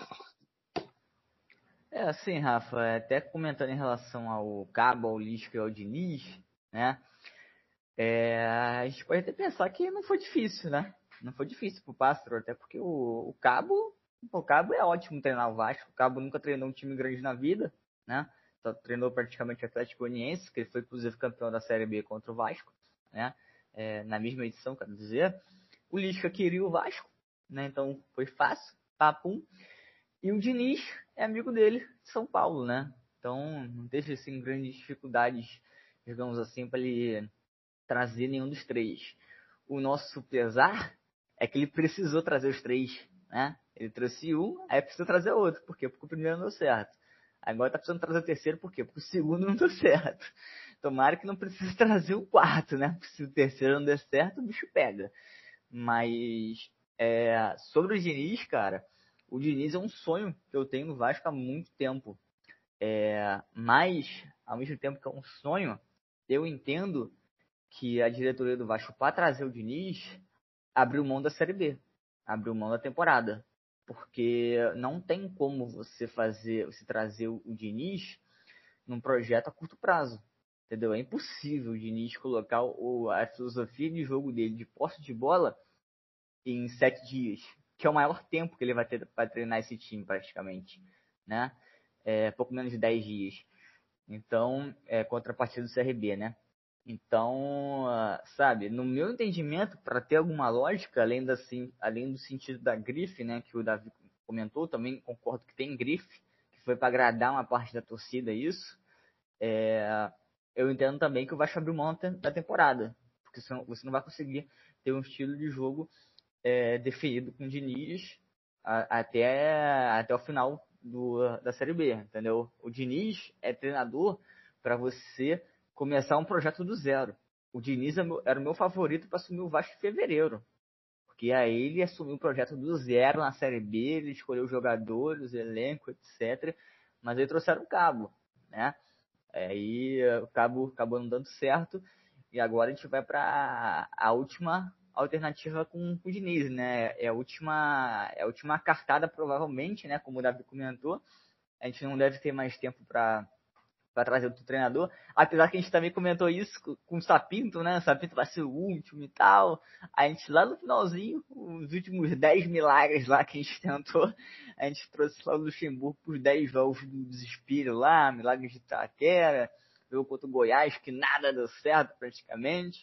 Assim, Rafa, até comentando em relação ao Cabo, ao Lisca e ao Diniz, né? A gente pode até pensar que não foi difícil, né? Não foi difícil pro Pássaro, até porque o Cabo é ótimo treinar o Vasco. O Cabo nunca treinou um time grande na vida, né? Só treinou praticamente o Atlético Goianiense, que ele foi inclusive campeão da Série B contra o Vasco, né? Na mesma edição, quero dizer. O Lisca queria o Vasco, né? Então foi fácil, papum. E o Diniz é amigo dele de São Paulo, né? Então não teve assim grandes dificuldades, digamos assim, para ele trazer nenhum dos 3. O nosso pesar é que ele precisou trazer os 3, né? Ele trouxe um, aí precisou trazer outro. Por quê? Porque o primeiro não deu certo. Agora tá precisando trazer o terceiro, por quê? Porque o segundo não deu certo. Tomara que não precise trazer o quarto, né? Porque se o terceiro não der certo, o bicho pega. Mas sobre o Diniz, cara, o Diniz é um sonho que eu tenho no Vasco há muito tempo. Mas, ao mesmo tempo que é um sonho, eu entendo que a diretoria do Vasco, para trazer o Diniz, abriu mão da Série B, abriu mão da temporada. Porque não tem como você trazer o Diniz num projeto a curto prazo. Entendeu? É impossível o Diniz colocar a filosofia de jogo dele de posse de bola em 7 dias, que é o maior tempo que ele vai ter para treinar esse time praticamente, né? Pouco menos de 10 dias. Então, contra a partida do CRB, né? Então, sabe, no meu entendimento, para ter alguma lógica, além do sentido da grife, né, que o Davi comentou, também concordo que tem grife, que foi para agradar uma parte da torcida isso, eu entendo também que o Vasco abriu mão da temporada, porque você não vai conseguir ter um estilo de jogo definido com o Diniz até o final da Série B, entendeu? O Diniz é treinador para você começar um projeto do zero. O Diniz era o meu favorito para assumir o Vasco em fevereiro, porque aí ele assumiu o projeto do zero na Série B, ele escolheu os jogadores, o elenco, etc. Mas aí trouxeram o Cabo, né? Aí o Cabo acabou não dando certo e agora a gente vai para a última alternativa com o Diniz, né? É a última cartada provavelmente, né? Como o Davi comentou, a gente não deve ter mais tempo para trazer outro treinador, apesar que a gente também comentou isso com o Sapinto, né? O Sapinto vai ser o último e tal. A gente lá no finalzinho, os últimos 10 milagres lá que a gente tentou, a gente trouxe lá o Luxemburgo por 10 jogos do desespero lá, milagres de Itaquera, jogo contra o Goiás, que nada deu certo praticamente.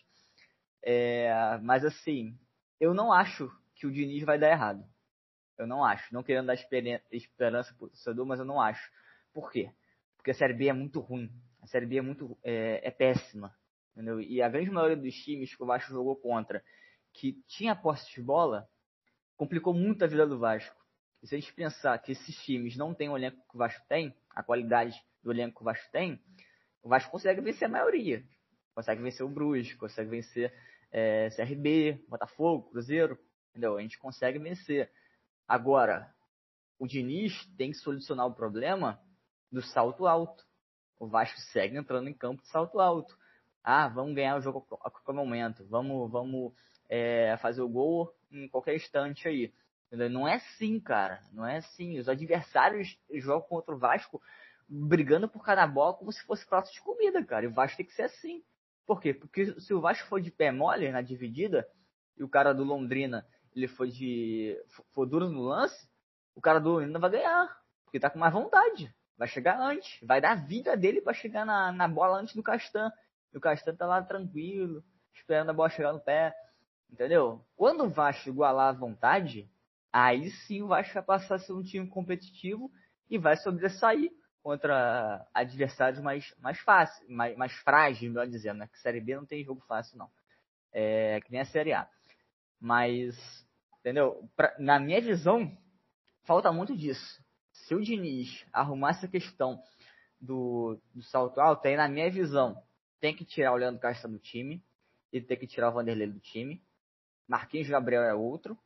Mas assim, eu não acho que o Diniz vai dar errado. Eu não acho. Não querendo dar esperança pro torcedor, mas eu não acho. Por quê? Porque a Série B é muito ruim. A Série B é péssima. Entendeu? E a grande maioria dos times que o Vasco jogou contra, que tinha posse de bola, complicou muito a vida do Vasco. E se a gente pensar que esses times não têm o elenco que o Vasco tem, a qualidade do elenco que o Vasco tem, o Vasco consegue vencer a maioria. Consegue vencer o Brusque, consegue vencer CRB, Botafogo, Cruzeiro. Entendeu? A gente consegue vencer. Agora, o Diniz tem que solucionar o problema do salto alto. O Vasco segue entrando em campo de salto alto. Vamos ganhar o jogo a qualquer momento. Vamos fazer o gol em qualquer instante aí. Entendeu? Não é assim, cara. Não é assim. Os adversários jogam contra o Vasco brigando por cada bola como se fosse prato de comida, cara. E o Vasco tem que ser assim. Por quê? Porque se o Vasco for de pé mole na dividida e o cara do Londrina ele for duro no lance, o cara do Londrina vai ganhar. Porque tá com mais vontade. Vai chegar antes. Vai dar a vida dele pra chegar na bola antes do Castan. E o Castan tá lá tranquilo, esperando a bola chegar no pé. Entendeu? Quando o Vasco igualar a vontade, aí sim o Vasco vai passar a ser um time competitivo e vai sobressair contra adversários mais fáceis, mais frágeis, melhor dizendo, né? Que Série B não tem jogo fácil, não. Que nem a Série A. Mas, entendeu? Na minha visão, falta muito disso. Se o Diniz arrumar essa questão do salto alto, aí na minha visão, tem que tirar o Leandro Castro do time e tem que tirar o Vanderlei do time. Marquinhos Gabriel é outro.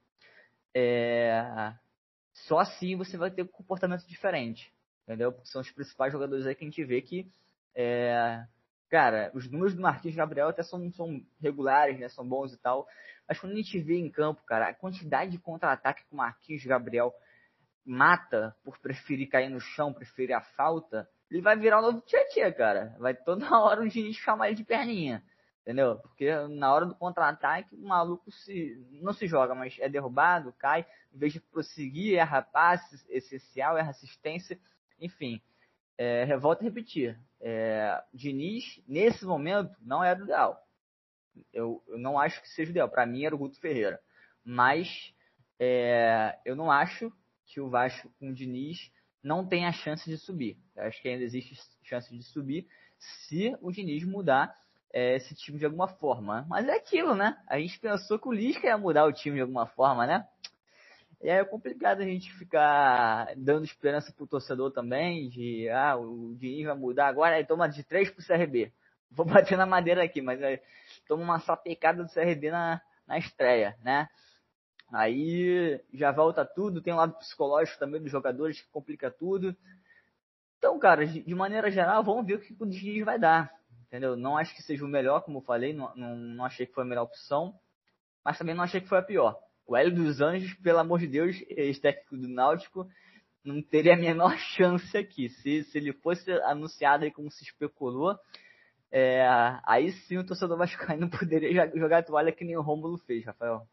Só assim você vai ter um comportamento diferente, entendeu? Porque são os principais jogadores aí que a gente vê que, cara, os números do Marquinhos Gabriel até são regulares, né? São bons e tal. Mas quando a gente vê em campo, cara, a quantidade de contra-ataque que o Marquinhos Gabriel mata por preferir cair no chão, preferir a falta, ele vai virar um novo Tietê, cara. Vai toda hora o Diniz chamar ele de perninha, entendeu? Porque na hora do contra-ataque, o maluco não se joga, mas é derrubado, cai, em vez de prosseguir, erra passe essencial, erra assistência, enfim. Volto a repetir, Diniz, nesse momento, não era o ideal. Eu não acho que seja o ideal. Para mim era o Guto Ferreira. Mas eu não acho que o Vasco com o Diniz não tem a chance de subir. Eu acho que ainda existe chance de subir se o Diniz mudar esse time de alguma forma. Mas é aquilo, né? A gente pensou que o Lisca ia mudar o time de alguma forma, né? E aí é complicado a gente ficar dando esperança pro torcedor também, de o Diniz vai mudar agora, aí toma de 3 pro CRB. Vou bater na madeira aqui, mas toma uma sapecada do CRB na estreia, né? Aí já volta tudo, tem um lado psicológico também dos jogadores que complica tudo. Então, cara, de maneira geral, vamos ver o que o Diniz vai dar, entendeu? Não acho que seja o melhor, como eu falei, não achei que foi a melhor opção, mas também não achei que foi a pior. O Hélio dos Anjos, pelo amor de Deus, ex-técnico do Náutico, não teria a menor chance aqui. Se ele fosse anunciado aí como se especulou, aí sim o torcedor vascaíno poderia jogar a toalha que nem o Rômulo fez, Rafael.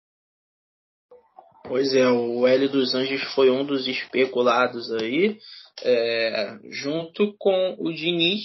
Pois é, o Hélio dos Anjos foi um dos especulados aí. junto com o Diniz,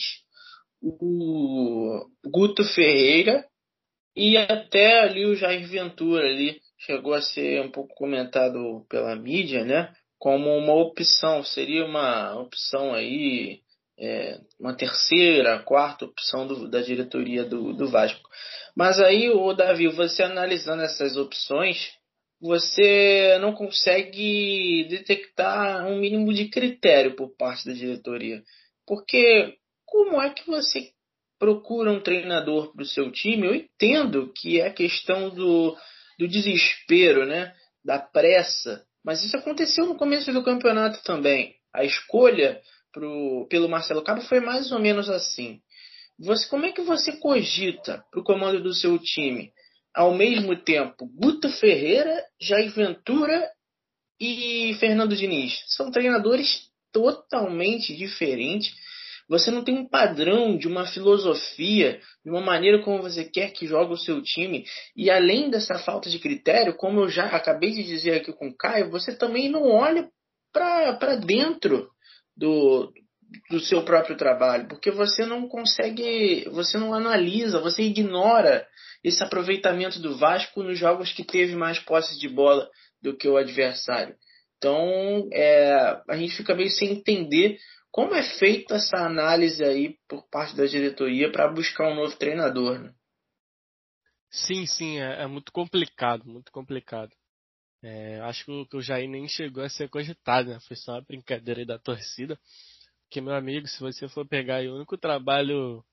o Guto Ferreira e até ali o Jair Ventura ali chegou a ser um pouco comentado pela mídia, né? Como uma opção, seria uma opção aí, uma terceira, quarta opção da diretoria do Vasco. Mas aí, o Davi, você analisando essas opções, você não consegue detectar um mínimo de critério por parte da diretoria. Porque como é que você procura um treinador para o seu time? Eu entendo que é a questão do desespero, né? Da pressa, mas isso aconteceu no começo do campeonato também. A escolha pelo Marcelo Cabo foi mais ou menos assim. Como é que você cogita para o comando do seu time, ao mesmo tempo, Guto Ferreira, Jair Ventura e Fernando Diniz? São treinadores totalmente diferentes. Você não tem um padrão de uma filosofia, de uma maneira como você quer que jogue o seu time. E além dessa falta de critério, como eu já acabei de dizer aqui com o Caio, você também não olha para dentro do seu próprio trabalho, porque você não consegue, você não analisa, você ignora esse aproveitamento do Vasco nos jogos que teve mais posse de bola do que o adversário. Então, a gente fica meio sem entender como é feita essa análise aí por parte da diretoria para buscar um novo treinador, né? Sim, é muito complicado, muito complicado. Acho que o Jair nem chegou a ser cogitado, né? Foi só uma brincadeira aí da torcida. Porque, meu amigo, se você for pegar aí o único trabalho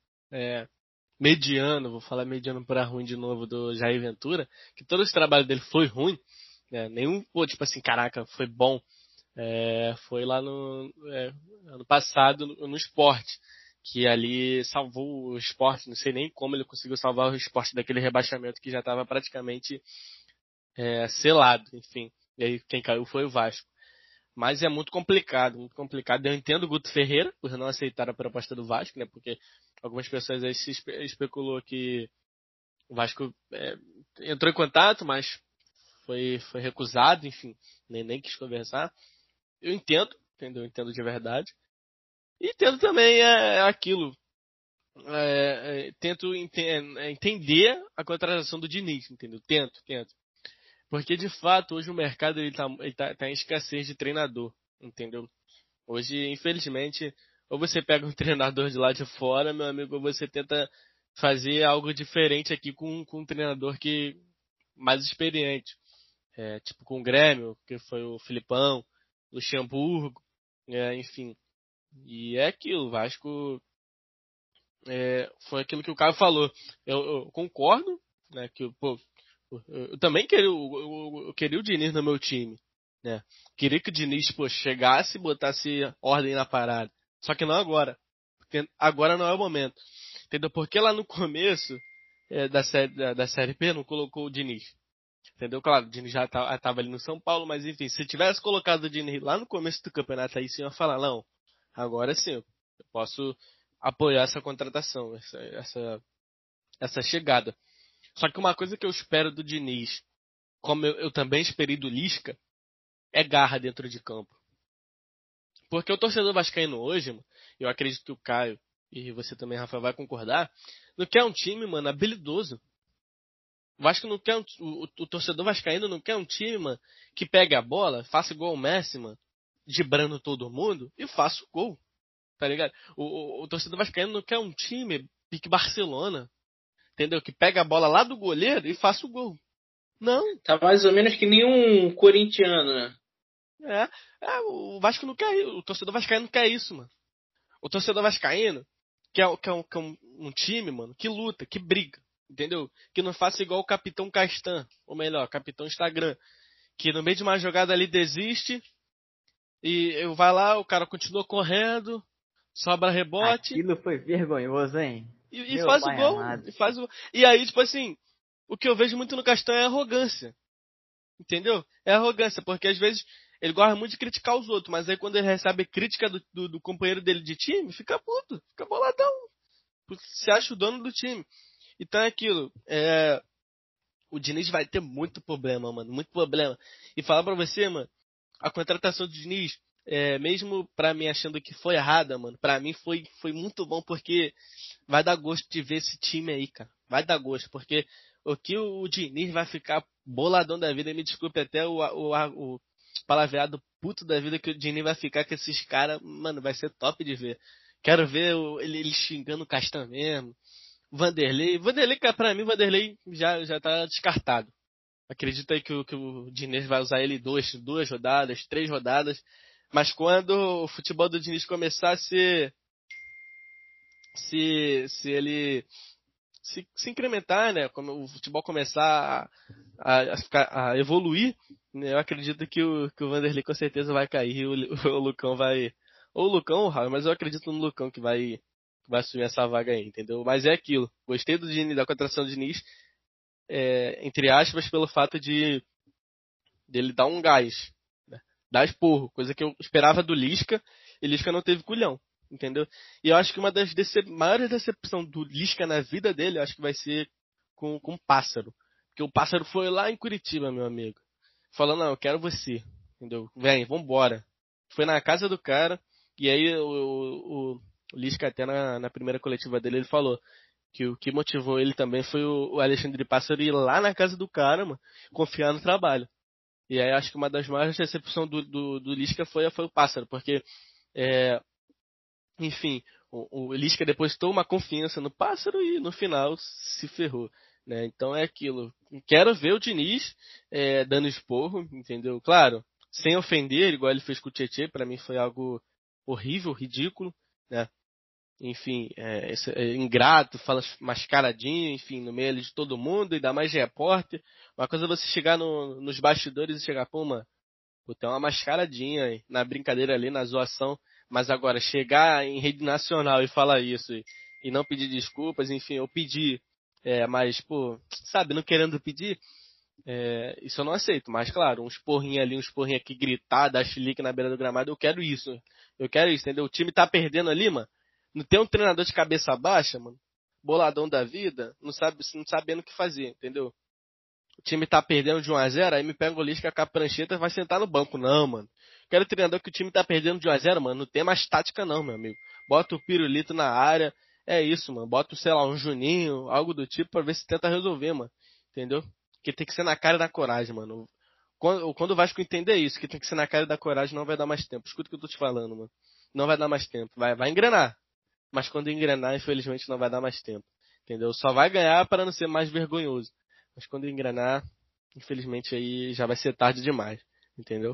mediano, vou falar mediano para ruim de novo, do Jair Ventura, que todo esse trabalho dele foi ruim, né? Nenhum, tipo assim, caraca, foi bom. Foi lá no ano passado no Sport, que ali salvou o Sport, não sei nem como ele conseguiu salvar o Sport daquele rebaixamento que já estava praticamente selado, enfim. E aí quem caiu foi o Vasco. Mas é muito complicado, muito complicado. Eu entendo o Guto Ferreira por não aceitar a proposta do Vasco, né? Porque algumas pessoas aí se especulou que o Vasco entrou em contato, mas foi recusado, enfim, nem quis conversar. Eu entendo, entendeu? Eu entendo de verdade. E entendo também aquilo. Tento entender a contratação do Diniz, entendeu? Tento. Porque, de fato, hoje o mercado tá em escassez de treinador, entendeu? Hoje, infelizmente, ou você pega um treinador de lá de fora, meu amigo, ou você tenta fazer algo diferente aqui com um treinador mais experiente. Tipo com o Grêmio, que foi o Filipão, Luxemburgo, enfim. E é aquilo, o Vasco foi aquilo que o Caio falou. Eu concordo, né, que pô, eu também eu queria o Diniz no meu time, né? Queria que o Diniz chegasse e botasse ordem na parada. Só que não agora, porque agora não é o momento, entendeu? Porque lá no começo da série B não colocou o Diniz, entendeu? Claro, o Diniz já estava ali no São Paulo, mas enfim, se tivesse colocado o Diniz lá no começo do campeonato, aí sim eu ia falar, não, agora sim, eu posso apoiar essa contratação, essa chegada. Só que uma coisa que eu espero do Diniz, como eu também esperei do Lisca, é garra dentro de campo. Porque o torcedor vascaíno hoje, mano, eu acredito que o Caio e você também, Rafael, vai concordar, não quer um time, mano, habilidoso. O Vasco não quer o torcedor vascaíno não quer um time, mano, que pegue a bola, faça igual o Messi, mano, gibrando todo mundo e faça o gol. Tá ligado? O torcedor vascaíno não quer um time pique Barcelona, entendeu? Que pega a bola lá do goleiro e faça o gol. Não. Tá mais ou menos que nem um corintiano, né? O Vasco não quer isso. O torcedor vascaíno não quer isso, mano. O torcedor vascaíno quer um time, mano, que luta, que briga, entendeu? Que não faça igual o Capitão Castan, ou melhor, Capitão Instagram, que no meio de uma jogada ali desiste e eu vai lá, o cara continua correndo, sobra rebote. Aquilo foi vergonhoso, hein? E faz o gol. E aí, tipo assim, o que eu vejo muito no Castan é arrogância. Entendeu? É arrogância, porque às vezes ele gosta muito de criticar os outros, mas aí quando ele recebe crítica do companheiro dele de time, fica puto, fica boladão. Porque se acha o dono do time. Então é aquilo. O Diniz vai ter muito problema, mano. Muito problema. E falar pra você, mano, a contratação do Diniz mesmo pra mim achando que foi errada, mano, pra mim foi muito bom, porque vai dar gosto de ver esse time aí, cara. Vai dar gosto, porque o que o Diniz vai ficar boladão da vida, me desculpe até o palavreado puto da vida que o Diniz vai ficar com esses caras, mano, vai ser top de ver. Quero ver ele xingando o Castan mesmo. Vanderlei, cara, pra mim, Vanderlei já tá descartado. Acredito aí que o Diniz vai usar ele duas rodadas, 3 rodadas. Mas quando o futebol do Diniz começar a ser. Se ele se incrementar, né? Quando o futebol começar a evoluir, né, eu acredito que o Vanderlei com certeza vai cair e o Lucão vai. Ou o Lucão ou o Raul, mas eu acredito no Lucão que vai assumir essa vaga aí, entendeu? Mas é aquilo. Gostei do Diniz, da contratação do Diniz, entre aspas, pelo fato dele dar um gás, né? Dar esporro, coisa que eu esperava do Lisca, e Lisca não teve culhão, entendeu? E eu acho que uma das maiores decepções do Lisca na vida dele, eu acho que vai ser com o Pássaro. Porque o Pássaro foi lá em Curitiba, meu amigo, falando, não, eu quero você, entendeu? Vem, vambora. Foi na casa do cara, e aí o Lisca até na primeira coletiva dele, ele falou que o que motivou ele também foi o Alexandre Pássaro ir lá na casa do cara, mano, confiar no trabalho. E aí acho que uma das maiores decepções do Lisca foi o Pássaro, porque, enfim, o Lisca depositou uma confiança no Pássaro e no final se ferrou, né? Então é aquilo. Quero ver o Diniz dando esporro, entendeu? Claro, sem ofender, igual ele fez com o Tietê, pra mim foi algo horrível, ridículo, né? Enfim, ingrato, fala mascaradinho, enfim, no meio ali de todo mundo, ainda mais de repórter. Uma coisa é você chegar nos bastidores e chegar, pô, mano, tem uma mascaradinha aí, na brincadeira ali, na zoação, mas agora chegar em rede nacional e falar isso e não pedir desculpas, enfim, eu pedi, mas, pô, sabe, não querendo pedir, isso eu não aceito, mas claro, um esporrinho ali, um esporrinho aqui, gritar, dar chilique na beira do gramado, eu quero isso, entendeu? O time tá perdendo ali, mano, não tem um treinador de cabeça baixa, mano, boladão da vida, não sabendo o que fazer, entendeu? O time tá perdendo de 1-0, aí me pega o Lisca com a prancheta e vai sentar no banco. Não, mano. Quero treinador que o time tá perdendo de 1-0, mano. Não tem mais tática não, meu amigo. Bota o Pirulito na área. É isso, mano. Bota, sei lá, um Juninho, algo do tipo, pra ver se tenta resolver, mano. Entendeu? Que tem que ser na cara e na coragem, mano. Quando o Vasco entender isso, que tem que ser na cara e da coragem, não vai dar mais tempo. Escuta o que eu tô te falando, mano. Não vai dar mais tempo. Vai engrenar. Mas quando engrenar, infelizmente, não vai dar mais tempo. Entendeu? Só vai ganhar para não ser mais vergonhoso. Mas quando engrenar, infelizmente aí já vai ser tarde demais. Entendeu?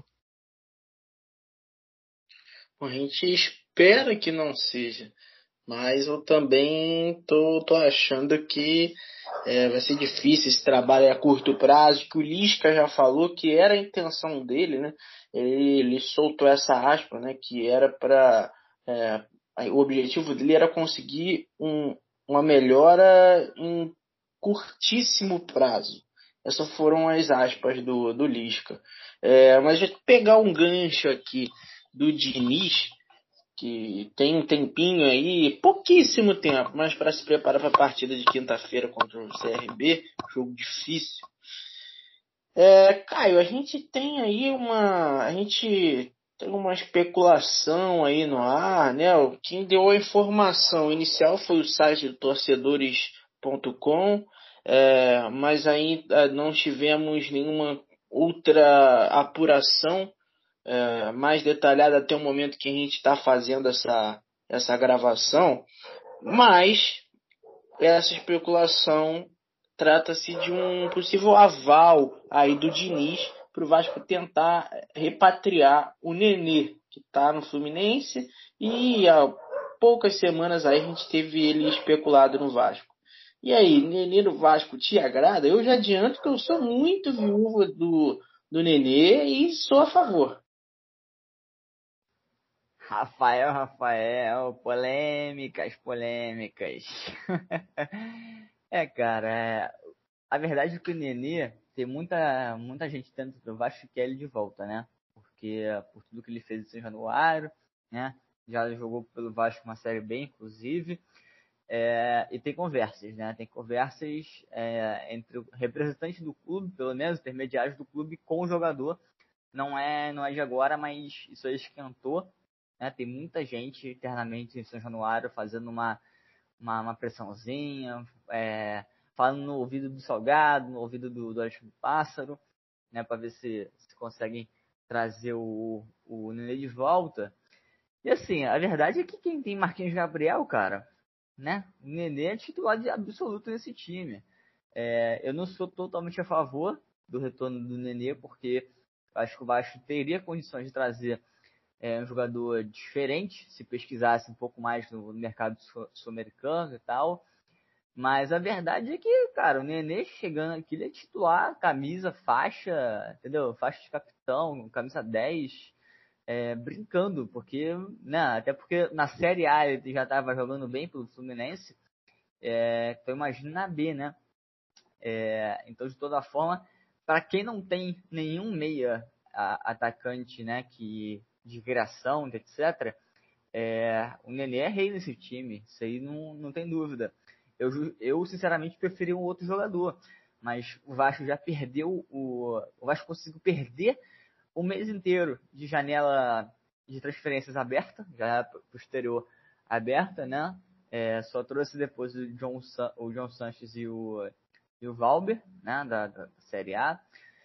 A gente espera que não seja. Mas eu também tô achando que vai ser difícil esse trabalho a curto prazo, que o Lisca já falou que era a intenção dele, né? Ele soltou essa aspa, né? Que era para o objetivo dele era conseguir uma melhora em curtíssimo prazo. Essas foram as aspas do Lisca. Mas já pegar um gancho aqui do Diniz, que tem um tempinho aí, pouquíssimo tempo, mas para se preparar para a partida de quinta-feira contra o CRB, jogo difícil. Caio, a gente tem aí uma especulação aí no ar, né? Quem deu a informação inicial foi o site do torcedores.com, mas ainda não tivemos nenhuma outra apuração mais detalhada até o momento que a gente está fazendo essa gravação, mas essa especulação trata-se de um possível aval aí do Diniz para o Vasco tentar repatriar o Nenê, que está no Fluminense, e há poucas semanas aí a gente teve ele especulado no Vasco. E aí, Nenê no Vasco te agrada? Eu já adianto que eu sou muito viúva do Nenê e sou a favor. Rafael, polêmicas. Cara, a verdade é que o Nenê tem muita gente dentro do Vasco que quer ele de volta, né? Porque por tudo que ele fez em São Januário, né? Já jogou pelo Vasco uma Série B, inclusive. E tem conversas, né? Tem conversas entre o representante do clube, pelo menos intermediários do clube, com o jogador, não é de agora, mas isso aí esquentou, né? Tem muita gente internamente em São Januário fazendo uma pressãozinha, falando no ouvido do Salgado, no ouvido do Alexandre Pássaro, né? Para ver se conseguem trazer o Nenê de volta. E assim, a verdade é que quem tem Marquinhos Gabriel, cara, né? O Nenê é titular absoluto nesse time. Eu não sou totalmente a favor do retorno do Nenê, porque acho que o Vasco teria condições de trazer um jogador diferente, se pesquisasse um pouco mais no mercado sul-americano e tal. Mas a verdade é que, cara, o Nenê chegando aqui, ele é titular, camisa, faixa, entendeu? Faixa de capitão, camisa 10, brincando, porque, né, até porque na Série A ele já estava jogando bem pelo Fluminense, então imagina na B, né? Então, de toda forma, para quem não tem nenhum meia atacante, né, de criação, etc., o Nenê é rei nesse time, isso aí não tem dúvida. Eu sinceramente preferi um outro jogador, mas o Vasco já perdeu o Vasco conseguiu perder o mês inteiro de janela de transferências aberta, já posterior aberta, né? Só trouxe depois o John Sanches e o Valber, né? Da Série A,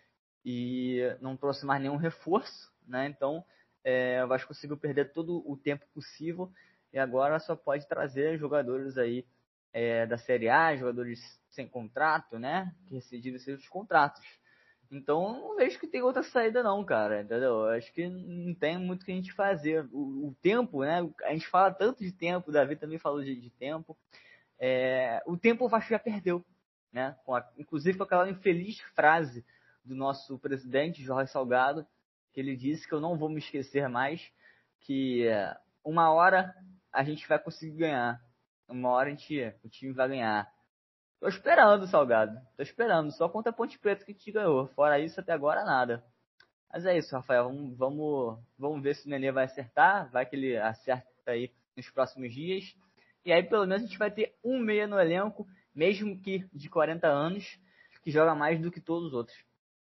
e não trouxe mais nenhum reforço, né? Então o Vasco conseguiu perder todo o tempo possível e agora só pode trazer jogadores aí da Série A, jogadores sem contrato, né? Que rescindiram seus contratos. Então, não vejo que tem outra saída não, cara, entendeu? Acho que não tem muito o que a gente fazer. O tempo, né? A gente fala tanto de tempo, o Davi também falou de tempo. O tempo o Vasco já perdeu, né? Inclusive com aquela infeliz frase do nosso presidente, Jorge Salgado, que ele disse que eu não vou me esquecer mais, que uma hora a gente vai conseguir ganhar. Uma hora o time vai ganhar. Tô esperando, Salgado. Tô esperando. Só contra a Ponte Preta que te ganhou. Fora isso, até agora, nada. Mas é isso, Rafael. Vamos ver se o Nenê vai acertar. Vai que ele acerta aí nos próximos dias. E aí, pelo menos, a gente vai ter um meia no elenco, mesmo que de 40 anos, que joga mais do que todos os outros.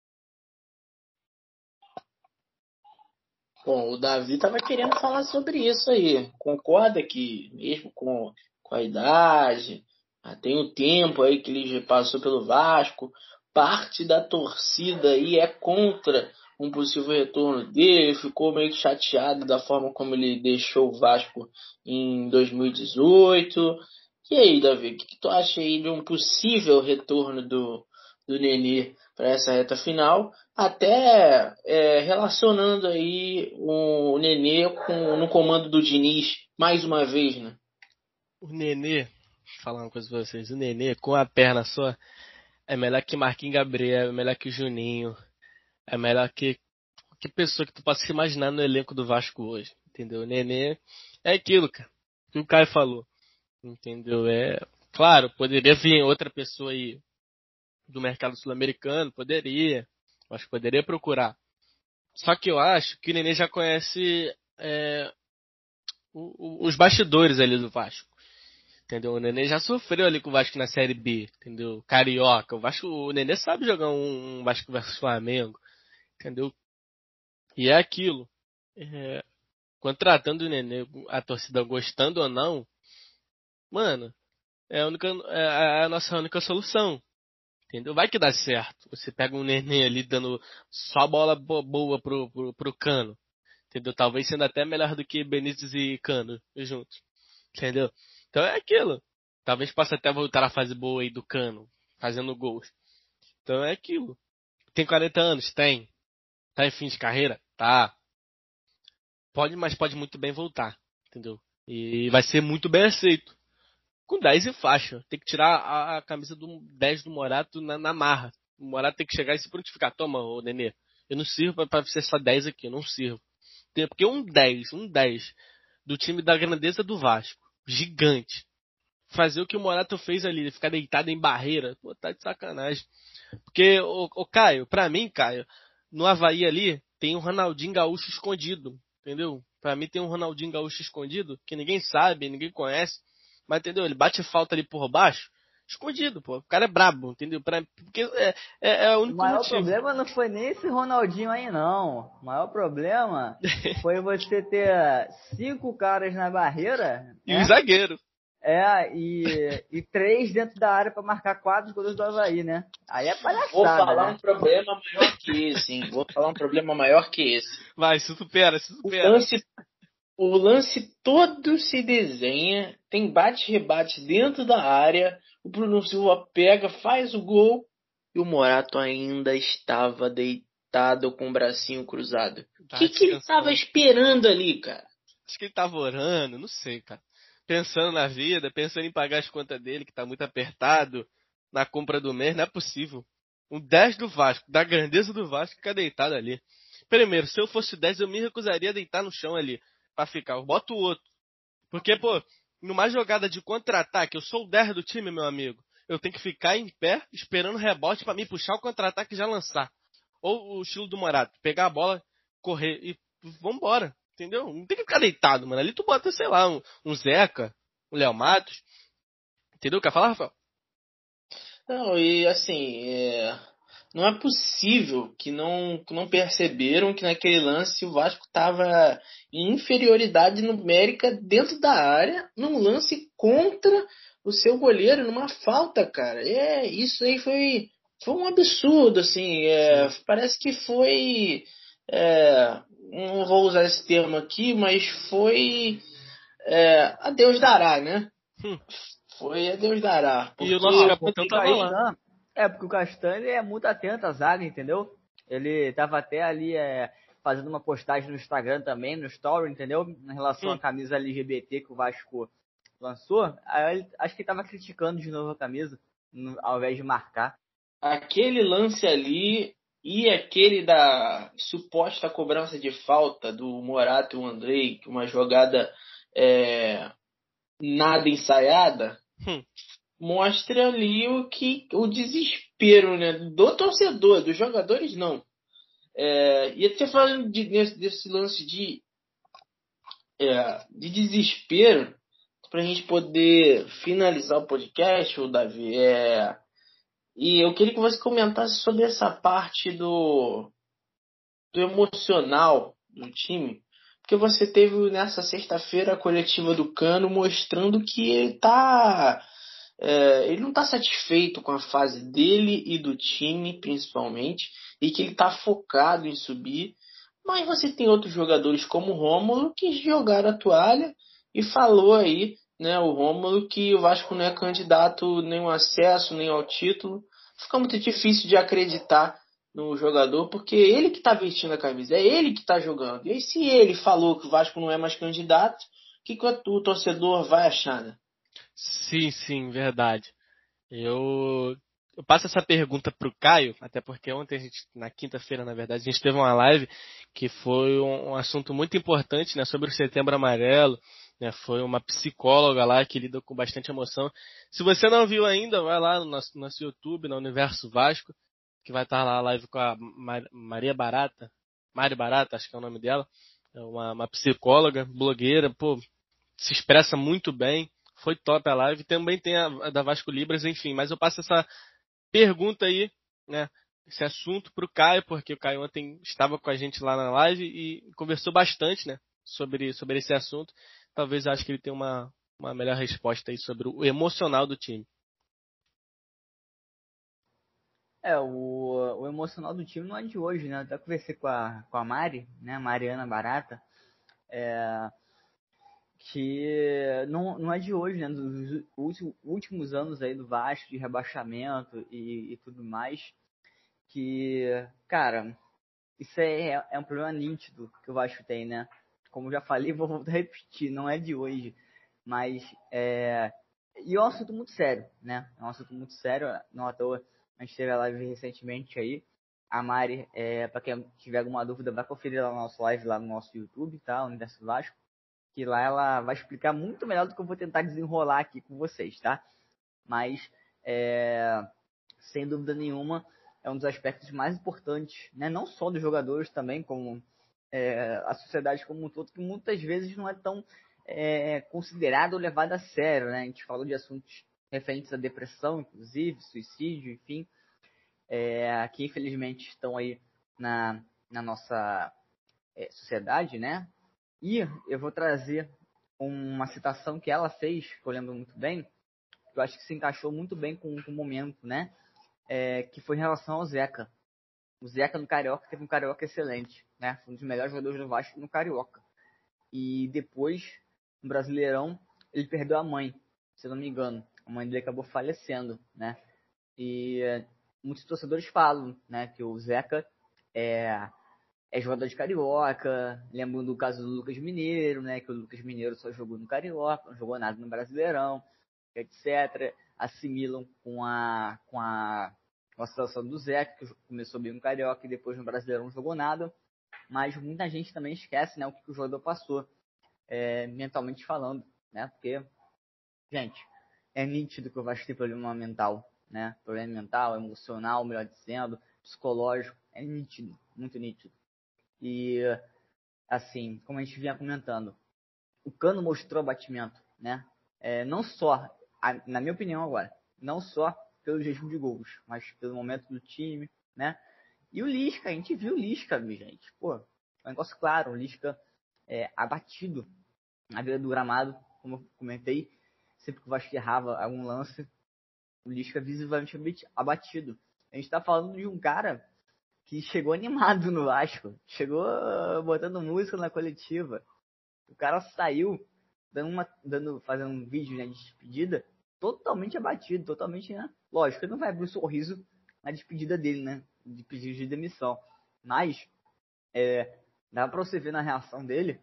Bom, o Davi estava querendo falar sobre isso aí. Concorda que, mesmo com a idade, tem o tempo aí que ele já passou pelo Vasco, parte da torcida aí é contra um possível retorno dele, ficou meio que chateado da forma como ele deixou o Vasco em 2018. E aí, Davi, o que tu acha aí de um possível retorno do Nenê para essa reta final? Até relacionando aí o Nenê no comando do Diniz, mais uma vez, né? O Nenê, deixa eu falar uma coisa pra vocês, o Nenê com a perna só é melhor que Marquinhos Gabriel, é melhor que o Juninho, é melhor que pessoa que tu possa se imaginar no elenco do Vasco hoje, entendeu? O Nenê é aquilo, cara, que o Caio falou, entendeu? Claro, poderia vir outra pessoa aí do mercado sul-americano, poderia, acho que poderia procurar. Só que eu acho que o Nenê já conhece os bastidores ali do Vasco. Entendeu? O Nenê já sofreu ali com o Vasco na Série B, entendeu? Carioca. O Nenê sabe jogar um Vasco versus Flamengo, entendeu? E é aquilo. Contratando o Nenê, a torcida gostando ou não, mano, é a nossa única solução. Entendeu? Vai que dá certo. Você pega um Nenê ali dando só bola boa pro Cano. Entendeu? Talvez sendo até melhor do que Benítez e Cano juntos. Entendeu? Então é aquilo. Talvez possa até voltar à fase boa aí do Cano, fazendo gols. Então é aquilo. Tem 40 anos? Tem. Tá em fim de carreira? Tá. Mas pode muito bem voltar. Entendeu? E vai ser muito bem aceito. Com 10 e faixa. Tem que tirar a camisa do 10 do Morato na marra. O Morato tem que chegar e se prontificar. Toma, ô Nenê. Eu não sirvo pra ser só 10 aqui. Eu não sirvo. Porque um 10 do time da grandeza do Vasco. Gigante. Fazer o que o Morato fez ali, ficar deitado em barreira, pô, tá de sacanagem. Porque, o Caio, pra mim, Caio, no Avaí ali, tem um Ronaldinho Gaúcho escondido, entendeu? Pra mim tem um Ronaldinho Gaúcho escondido, que ninguém sabe, ninguém conhece, mas entendeu? Ele bate falta ali por baixo, escondido, pô. O cara é brabo, entendeu? Porque é o O único maior motivo. problema não foi nem esse Ronaldinho aí, não. O maior problema foi você ter 5 caras na barreira, E o né? zagueiro. E 3 dentro da área pra marcar 4 gols do Avaí, né? Aí é Vou palhaçada, falar né? um problema maior que esse, hein? Vou falar um problema maior que esse. Vai, se supera. O lance todo se desenha, tem bate-rebate dentro da área, o Bruno Silva pega, faz o gol e o Morato ainda estava deitado com o bracinho cruzado. O Tá que ele estava esperando ali, cara? Acho que ele tava orando, não sei, cara. Pensando na vida, pensando em pagar as contas dele, que tá muito apertado, na compra do mês, não é possível. Um 10 do Vasco, da grandeza do Vasco, fica deitado ali. Primeiro, se eu fosse 10, eu me recusaria a deitar no chão ali, pra ficar. Eu boto o outro. Porque, pô, numa jogada de contra-ataque, eu sou o 10 do time, meu amigo. Eu tenho que ficar em pé, esperando o rebote pra me puxar o contra-ataque e já lançar. Ou o estilo do Morato, pegar a bola, correr e vambora. Entendeu? Não tem que ficar deitado, mano. Ali tu bota, sei lá, um Zeca, um Léo Matos. Entendeu? Quer falar, Rafael? Não, e assim, não é possível que não perceberam que naquele lance o Vasco estava em inferioridade numérica dentro da área, num lance contra o seu goleiro, numa falta, cara. Isso aí foi um absurdo, assim. Parece que foi. Não vou usar esse termo aqui, mas foi. A Deus dará, né? Hum. Foi a Deus dará. E o nosso Porque capitão tava lá. Porque o Castanho ele é muito atento à zaga, entendeu? Ele tava até ali fazendo uma postagem no Instagram também, no Story, entendeu? Em relação à camisa LGBT que o Vasco lançou. Aí acho que ele tava criticando de novo a camisa, ao invés de marcar. aquele lance ali e aquele da suposta cobrança de falta do Morato e o Andrei, uma jogada nada ensaiada, mostra ali o desespero, né, do torcedor, dos jogadores não. E até falando desse lance de desespero, para a gente poder finalizar o podcast, o Davi, e eu queria que você comentasse sobre essa parte do emocional do time, porque você teve nessa sexta-feira a coletiva do Cano mostrando que ele não está satisfeito com a fase dele e do time, principalmente, e que ele está focado em subir. Mas você tem outros jogadores como o Rômulo que jogaram a toalha e falou aí, né, o Rômulo, que o Vasco não é candidato nem ao acesso, nem ao título. Fica muito difícil de acreditar no jogador, porque é ele que está vestindo a camisa, é ele que está jogando. E aí, se ele falou que o Vasco não é mais candidato, o que o torcedor vai achar, né? Sim, verdade. Eu passo essa pergunta pro Caio, até porque ontem na quinta-feira, na verdade, a gente teve uma live que foi um assunto muito importante, né, sobre o Setembro Amarelo, né, foi uma psicóloga lá que lida com bastante emoção. Se você não viu ainda, vai lá no nosso YouTube, no Universo Vasco, que vai estar lá a live com a Maria Barata, Mari Barata, acho que é o nome dela, é uma psicóloga, blogueira, pô, se expressa muito bem. Foi top a live. Também tem a da Vasco Libras, enfim. Mas eu passo essa pergunta aí, né? Esse assunto pro Caio, porque o Caio ontem estava com a gente lá na live e conversou bastante, né? Sobre esse assunto. Talvez eu acho que ele tenha uma melhor resposta aí sobre o emocional do time. O emocional do time não é de hoje, né? Eu até conversei com a Mari, né? Mariana Barata. Que não é de hoje, né? Nos últimos anos aí do Vasco, de rebaixamento e tudo mais, que, cara, isso é um problema nítido que o Vasco tem, né? Como eu já falei, vou voltar a repetir, não é de hoje, mas e é um assunto muito sério, né? É um assunto muito sério, não à toa, a gente teve a live recentemente aí, a Mari, para quem tiver alguma dúvida, vai conferir lá no nosso live, lá no nosso YouTube, tá? Universo Vasco, que lá ela vai explicar muito melhor do que eu vou tentar desenrolar aqui com vocês, tá? Mas, sem dúvida nenhuma, é um dos aspectos mais importantes, né? Não só dos jogadores também, como a sociedade como um todo, que muitas vezes não é tão considerado ou levado a sério, né? A gente falou de assuntos referentes à depressão, inclusive, suicídio, enfim, que infelizmente estão aí na nossa sociedade, né? E eu vou trazer uma citação que ela fez, que eu lembro muito bem, que eu acho que se encaixou muito bem com o momento, né? Que foi em relação ao Zeca. O Zeca no Carioca teve um Carioca excelente, né? Foi um dos melhores jogadores do Vasco no Carioca. E depois, no Brasileirão, ele perdeu a mãe, se eu não me engano. A mãe dele acabou falecendo, né? E muitos torcedores falam, né, que o Zeca é jogador de Carioca. Lembro do caso do Lucas Mineiro, né? Que o Lucas Mineiro só jogou no Carioca, não jogou nada no Brasileirão, etc. Assimilam com a situação do Zeca, que começou bem no Carioca e depois no Brasileirão não jogou nada. Mas muita gente também esquece, né, o que o jogador passou, mentalmente falando, né? Porque, gente, é nítido que o Vasco tem problema mental, né? Problema mental, emocional, melhor dizendo, psicológico, é nítido, muito nítido. E, assim, como a gente vinha comentando, o Cano mostrou abatimento, né? Não só, na minha opinião agora, não só pelo jejum de gols, mas pelo momento do time, né? E o Lisca, a gente viu o Lisca, gente. Pô, é um negócio claro, o Lisca abatido na beira do gramado, como eu comentei, sempre que o Vasco errava algum lance, o Lisca visivelmente abatido. A gente tá falando de um cara que chegou animado no Vasco, chegou botando música na coletiva. O cara saiu fazendo um vídeo, né, de despedida, totalmente abatido, totalmente, né? Lógico, ele não vai abrir um sorriso na despedida dele, né? De pedido de demissão. Mas dá pra você ver na reação dele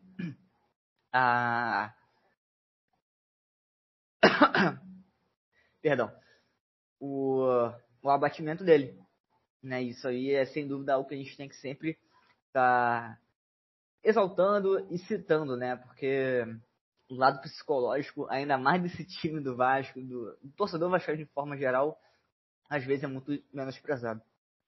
perdão, o abatimento dele, né? Isso aí é sem dúvida algo que a gente tem que sempre estar exaltando e citando, né? Porque o lado psicológico, ainda mais desse time do Vasco, do torcedor vascaíno de forma geral, às vezes é muito menosprezado.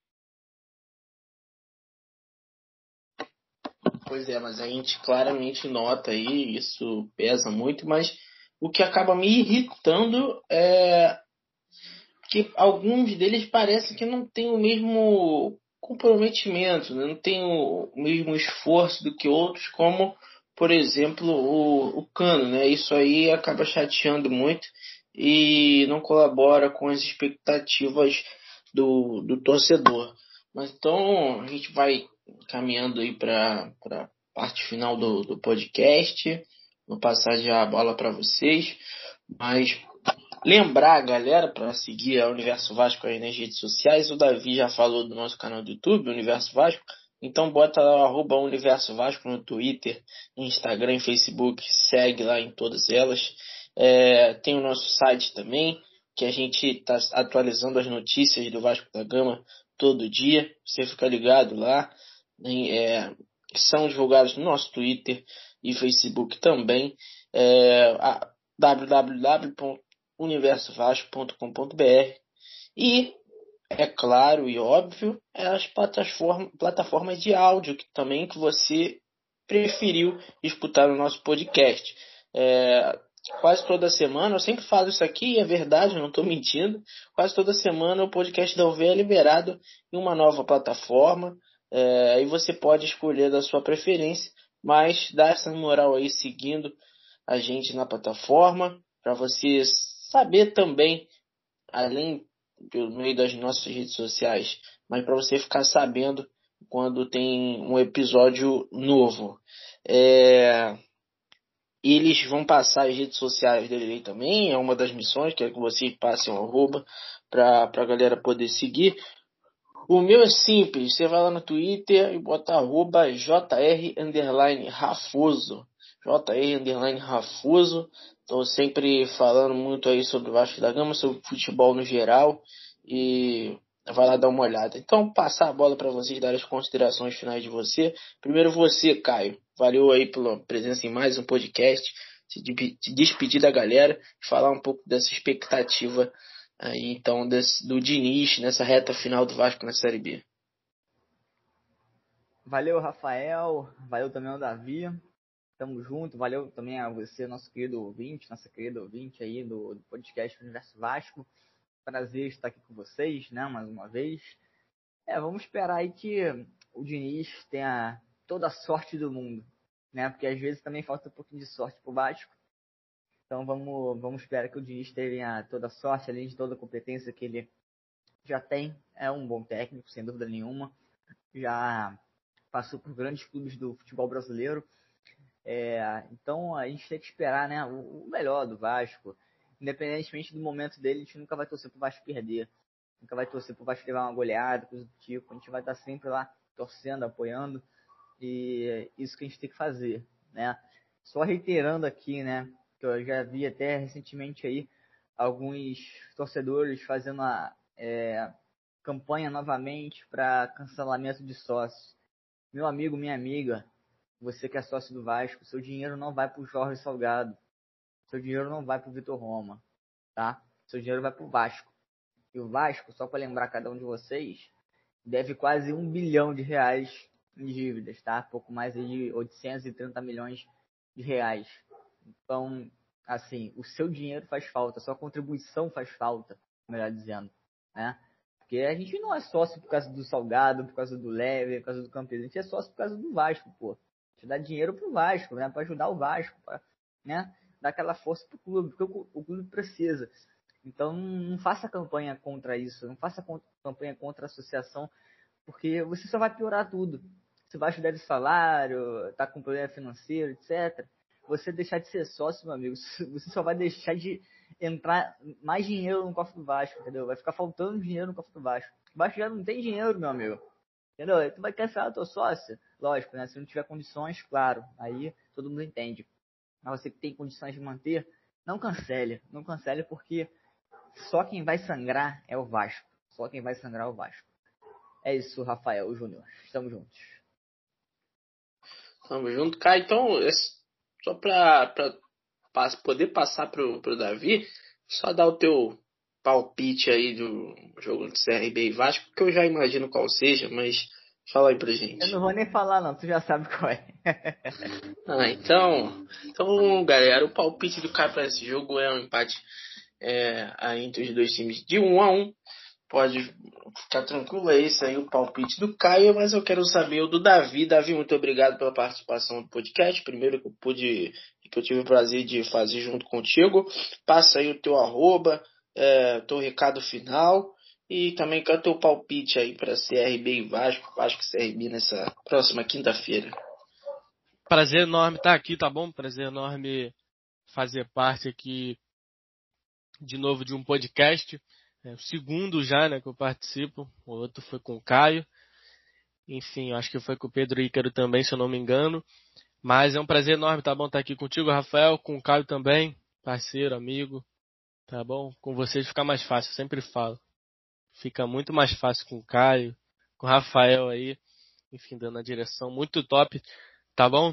Pois é, mas a gente claramente nota aí, isso pesa muito, mas o que acaba me irritando é que alguns deles parecem que não têm o mesmo comprometimento, né? Não têm o mesmo esforço do que outros, como, por exemplo, o Cano, né? Isso aí acaba chateando muito e não colabora com as expectativas do torcedor. Mas então a gente vai caminhando aí para a parte final do podcast. Vou passar já a bola para vocês, mas lembrar a galera para seguir a Universo Vasco aí nas redes sociais. O Davi já falou do nosso canal do YouTube, Universo Vasco. Então bota lá o @Universo Vasco no Twitter, Instagram e Facebook. Segue lá em todas elas. Tem o nosso site também, que a gente está atualizando as notícias do Vasco da Gama todo dia. Você fica ligado lá. São divulgados no nosso Twitter e Facebook também. www.universovasco.com.br e, é claro e óbvio, as plataformas de áudio que você preferiu escutar o nosso podcast. Quase toda semana, eu sempre falo isso aqui e é verdade, eu não estou mentindo, quase toda semana o podcast da UV é liberado em uma nova plataforma, e você pode escolher da sua preferência, mas dá essa moral aí seguindo a gente na plataforma, para você saber também, além pelo meio das nossas redes sociais, mas para você ficar sabendo quando tem um episódio novo. Eles vão passar as redes sociais dele aí também, é uma das missões, quero que você passe um @ para a galera poder seguir. O meu é simples, você vai lá no Twitter e bota @JR_Rafuso. JR_Rafuso. Estou sempre falando muito aí sobre o Vasco da Gama, sobre futebol no geral. E vai lá dar uma olhada. Então, passar a bola para vocês darem as considerações finais de você. Primeiro você, Caio. Valeu aí pela presença em mais um podcast. Se despedir da galera e falar um pouco dessa expectativa aí, então, do Diniz nessa reta final do Vasco na Série B. Valeu, Rafael. Valeu também ao Davi. Tamo junto. Valeu também a você, nossa querida ouvinte aí do podcast Universo Vasco. Prazer estar aqui com vocês, né, mais uma vez. Vamos esperar aí que o Diniz tenha toda a sorte do mundo, né? Porque às vezes também falta um pouquinho de sorte pro Vasco. Então vamos esperar que o Diniz tenha toda a sorte, além de toda a competência que ele já tem. É um bom técnico, sem dúvida nenhuma. Já passou por grandes clubes do futebol brasileiro. Então a gente tem que esperar, né, o melhor do Vasco. Independentemente do momento dele, a gente nunca vai torcer pro Vasco perder. Nunca vai torcer pro Vasco levar uma goleada, coisa do tipo. A gente vai estar sempre lá torcendo, apoiando. E é isso que a gente tem que fazer, né? Só reiterando aqui, né, que eu já vi até recentemente aí alguns torcedores fazendo a campanha novamente para cancelamento de sócios. Meu amigo, minha amiga, você que é sócio do Vasco, seu dinheiro não vai pro Jorge Salgado. Seu dinheiro não vai pro Vitor Roma, tá? Seu dinheiro vai pro Vasco. E o Vasco, só para lembrar cada um de vocês, deve quase R$ 1 bilhão em dívidas, tá? Pouco mais de 830 milhões de reais. Então, assim, o seu dinheiro faz falta, a sua contribuição faz falta, melhor dizendo, né? Porque a gente não é sócio por causa do Salgado, por causa do Leve, por causa do Campes, a gente é sócio por causa do Vasco, pô. A gente dá dinheiro pro Vasco, né? Para ajudar o Vasco, pra, né? Dar aquela força pro clube, porque o clube precisa. Então, não faça campanha contra isso, não faça campanha contra a associação, porque você só vai piorar tudo. Você vai ajudar de salário, tá com problema financeiro, etc. Você deixar de ser sócio, meu amigo, você só vai deixar de entrar mais dinheiro no cofre do Vasco, entendeu? Vai ficar faltando dinheiro no cofre do Vasco. O Vasco já não tem dinheiro, meu amigo. Entendeu? Tu vai cancelar a tua sócia? Lógico, né? Se não tiver condições, claro, aí todo mundo entende. Mas você que tem condições de manter, não cancele. Não cancele porque só quem vai sangrar é o Vasco. Só quem vai sangrar é o Vasco. É isso, Rafael Júnior. Estamos juntos. Tamo junto, Caio. Então, só pra poder passar pro Davi, só dar o teu palpite aí do jogo do CRB e Vasco, que eu já imagino qual seja, mas fala aí pra gente. Eu não vou nem falar não, tu já sabe qual é. Então, galera, o palpite do Caio para esse jogo é um empate aí entre os dois times de 1-1. Pode ficar tranquilo, é esse aí o palpite do Caio, mas eu quero saber o do Davi. Davi, muito obrigado pela participação do podcast. Primeiro que eu tive o prazer de fazer junto contigo. Passa aí o teu @, teu recado final e também qual é o teu palpite aí para CRB e Vasco e CRB nessa próxima quinta-feira. Prazer enorme estar aqui, tá bom? Prazer enorme fazer parte aqui de novo de um podcast. O segundo já, né, que eu participo. O outro foi com o Caio. Enfim, eu acho que foi com o Pedro Ícaro também, se eu não me engano. Mas é um prazer enorme, tá bom? Estar aqui contigo, Rafael, com o Caio também. Parceiro, amigo. Tá bom? Com vocês fica mais fácil, eu sempre falo. Fica muito mais fácil com o Caio, com o Rafael aí. Enfim, dando a direção muito top. Tá bom?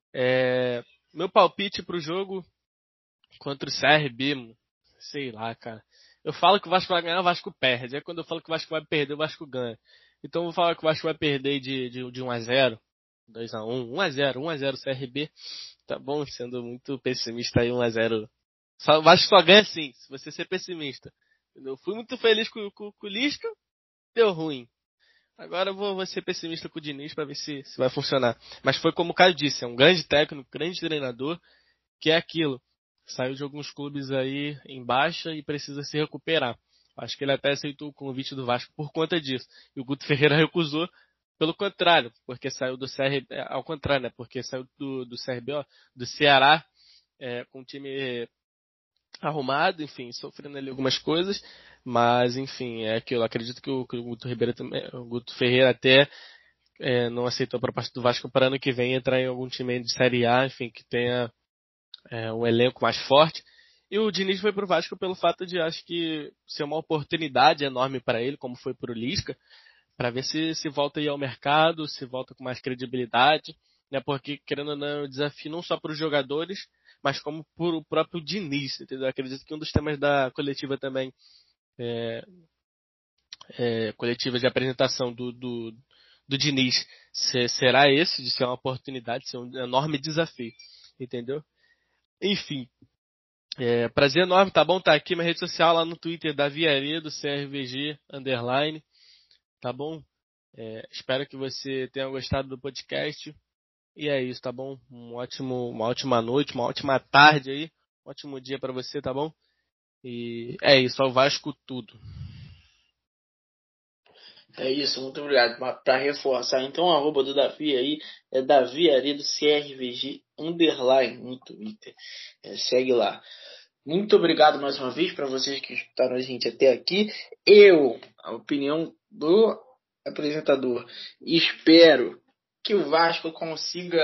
Meu palpite pro jogo contra o CRB, sei lá, cara. Eu falo que o Vasco vai ganhar, o Vasco perde. É quando eu falo que o Vasco vai perder, o Vasco ganha. Então eu vou falar que o Vasco vai perder de 1-0, 2-1, 1-0, 1-0 CRB. Tá bom? Sendo muito pessimista aí, 1-0. O Vasco só ganha assim, se você ser pessimista. Eu fui muito feliz com o Lisca, deu ruim. Agora eu vou ser pessimista com o Diniz para ver se vai funcionar. Mas foi como o Caio disse, é um grande técnico, grande treinador, que é aquilo. Saiu de alguns clubes aí em baixa e precisa se recuperar. Acho que ele até aceitou o convite do Vasco por conta disso. E o Guto Ferreira recusou pelo contrário, porque saiu do CRB, ao contrário, né? Porque saiu do CRB, do Ceará, com o time arrumado, enfim, sofrendo ali algumas coisas, mas enfim, é aquilo. Acredito que o Guto Ferreira até não aceitou a proposta do Vasco para ano que vem entrar em algum time de Série A, enfim, que tenha um elenco mais forte. E o Diniz foi pro Vasco pelo fato de, acho que, ser uma oportunidade enorme para ele, como foi pro Lisca, para ver se volta aí ao mercado, se volta com mais credibilidade, né? Porque, querendo ou não, é um desafio não só para os jogadores, mas como para o próprio Diniz, entendeu? Acredito que um dos temas da coletiva também, coletiva de apresentação do Diniz, será esse, de ser uma oportunidade, de ser um enorme desafio. entendeu? Enfim, prazer enorme, tá bom? Tá aqui minha rede social lá no Twitter, Davi Aredo, CRVG, _, tá bom? Espero que você tenha gostado do podcast. E é isso, tá bom? Uma ótima noite, uma ótima tarde aí, um ótimo dia pra você, tá bom? E é isso, ao Vasco tudo. É isso, muito obrigado. Para reforçar, então, o arroba do Davi aí é Davi Aredo CRVG _ no Twitter. Segue lá. Muito obrigado mais uma vez para vocês que escutaram a gente até aqui. A opinião do apresentador, espero que o Vasco consiga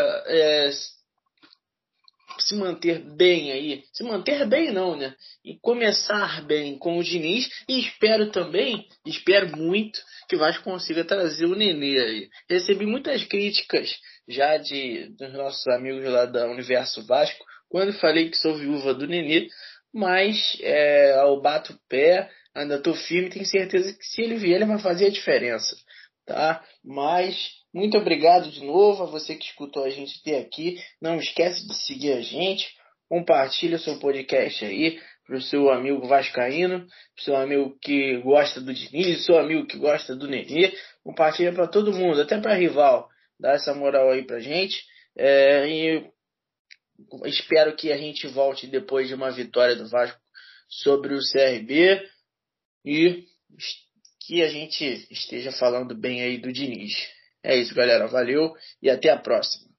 se manter bem aí. Se manter bem não, né? E começar bem com o Diniz. E espero muito que o Vasco consiga trazer o Nenê aí. Recebi muitas críticas já dos nossos amigos lá da Universo Vasco quando falei que sou viúva do Nenê. Mas eu bato o pé, ainda estou firme, tenho certeza que se ele vier ele vai fazer a diferença. Tá? Mas muito obrigado de novo a você que escutou a gente até aqui. Não esquece de seguir a gente. Compartilha o seu podcast aí pro seu amigo vascaíno, pro seu amigo que gosta do Diniz, seu amigo que gosta do Nenê. Compartilha para todo mundo, até para rival. Dá essa moral aí pra gente. E espero que a gente volte depois de uma vitória do Vasco sobre o CRB e que a gente esteja falando bem aí do Diniz. É isso, galera. Valeu e até a próxima.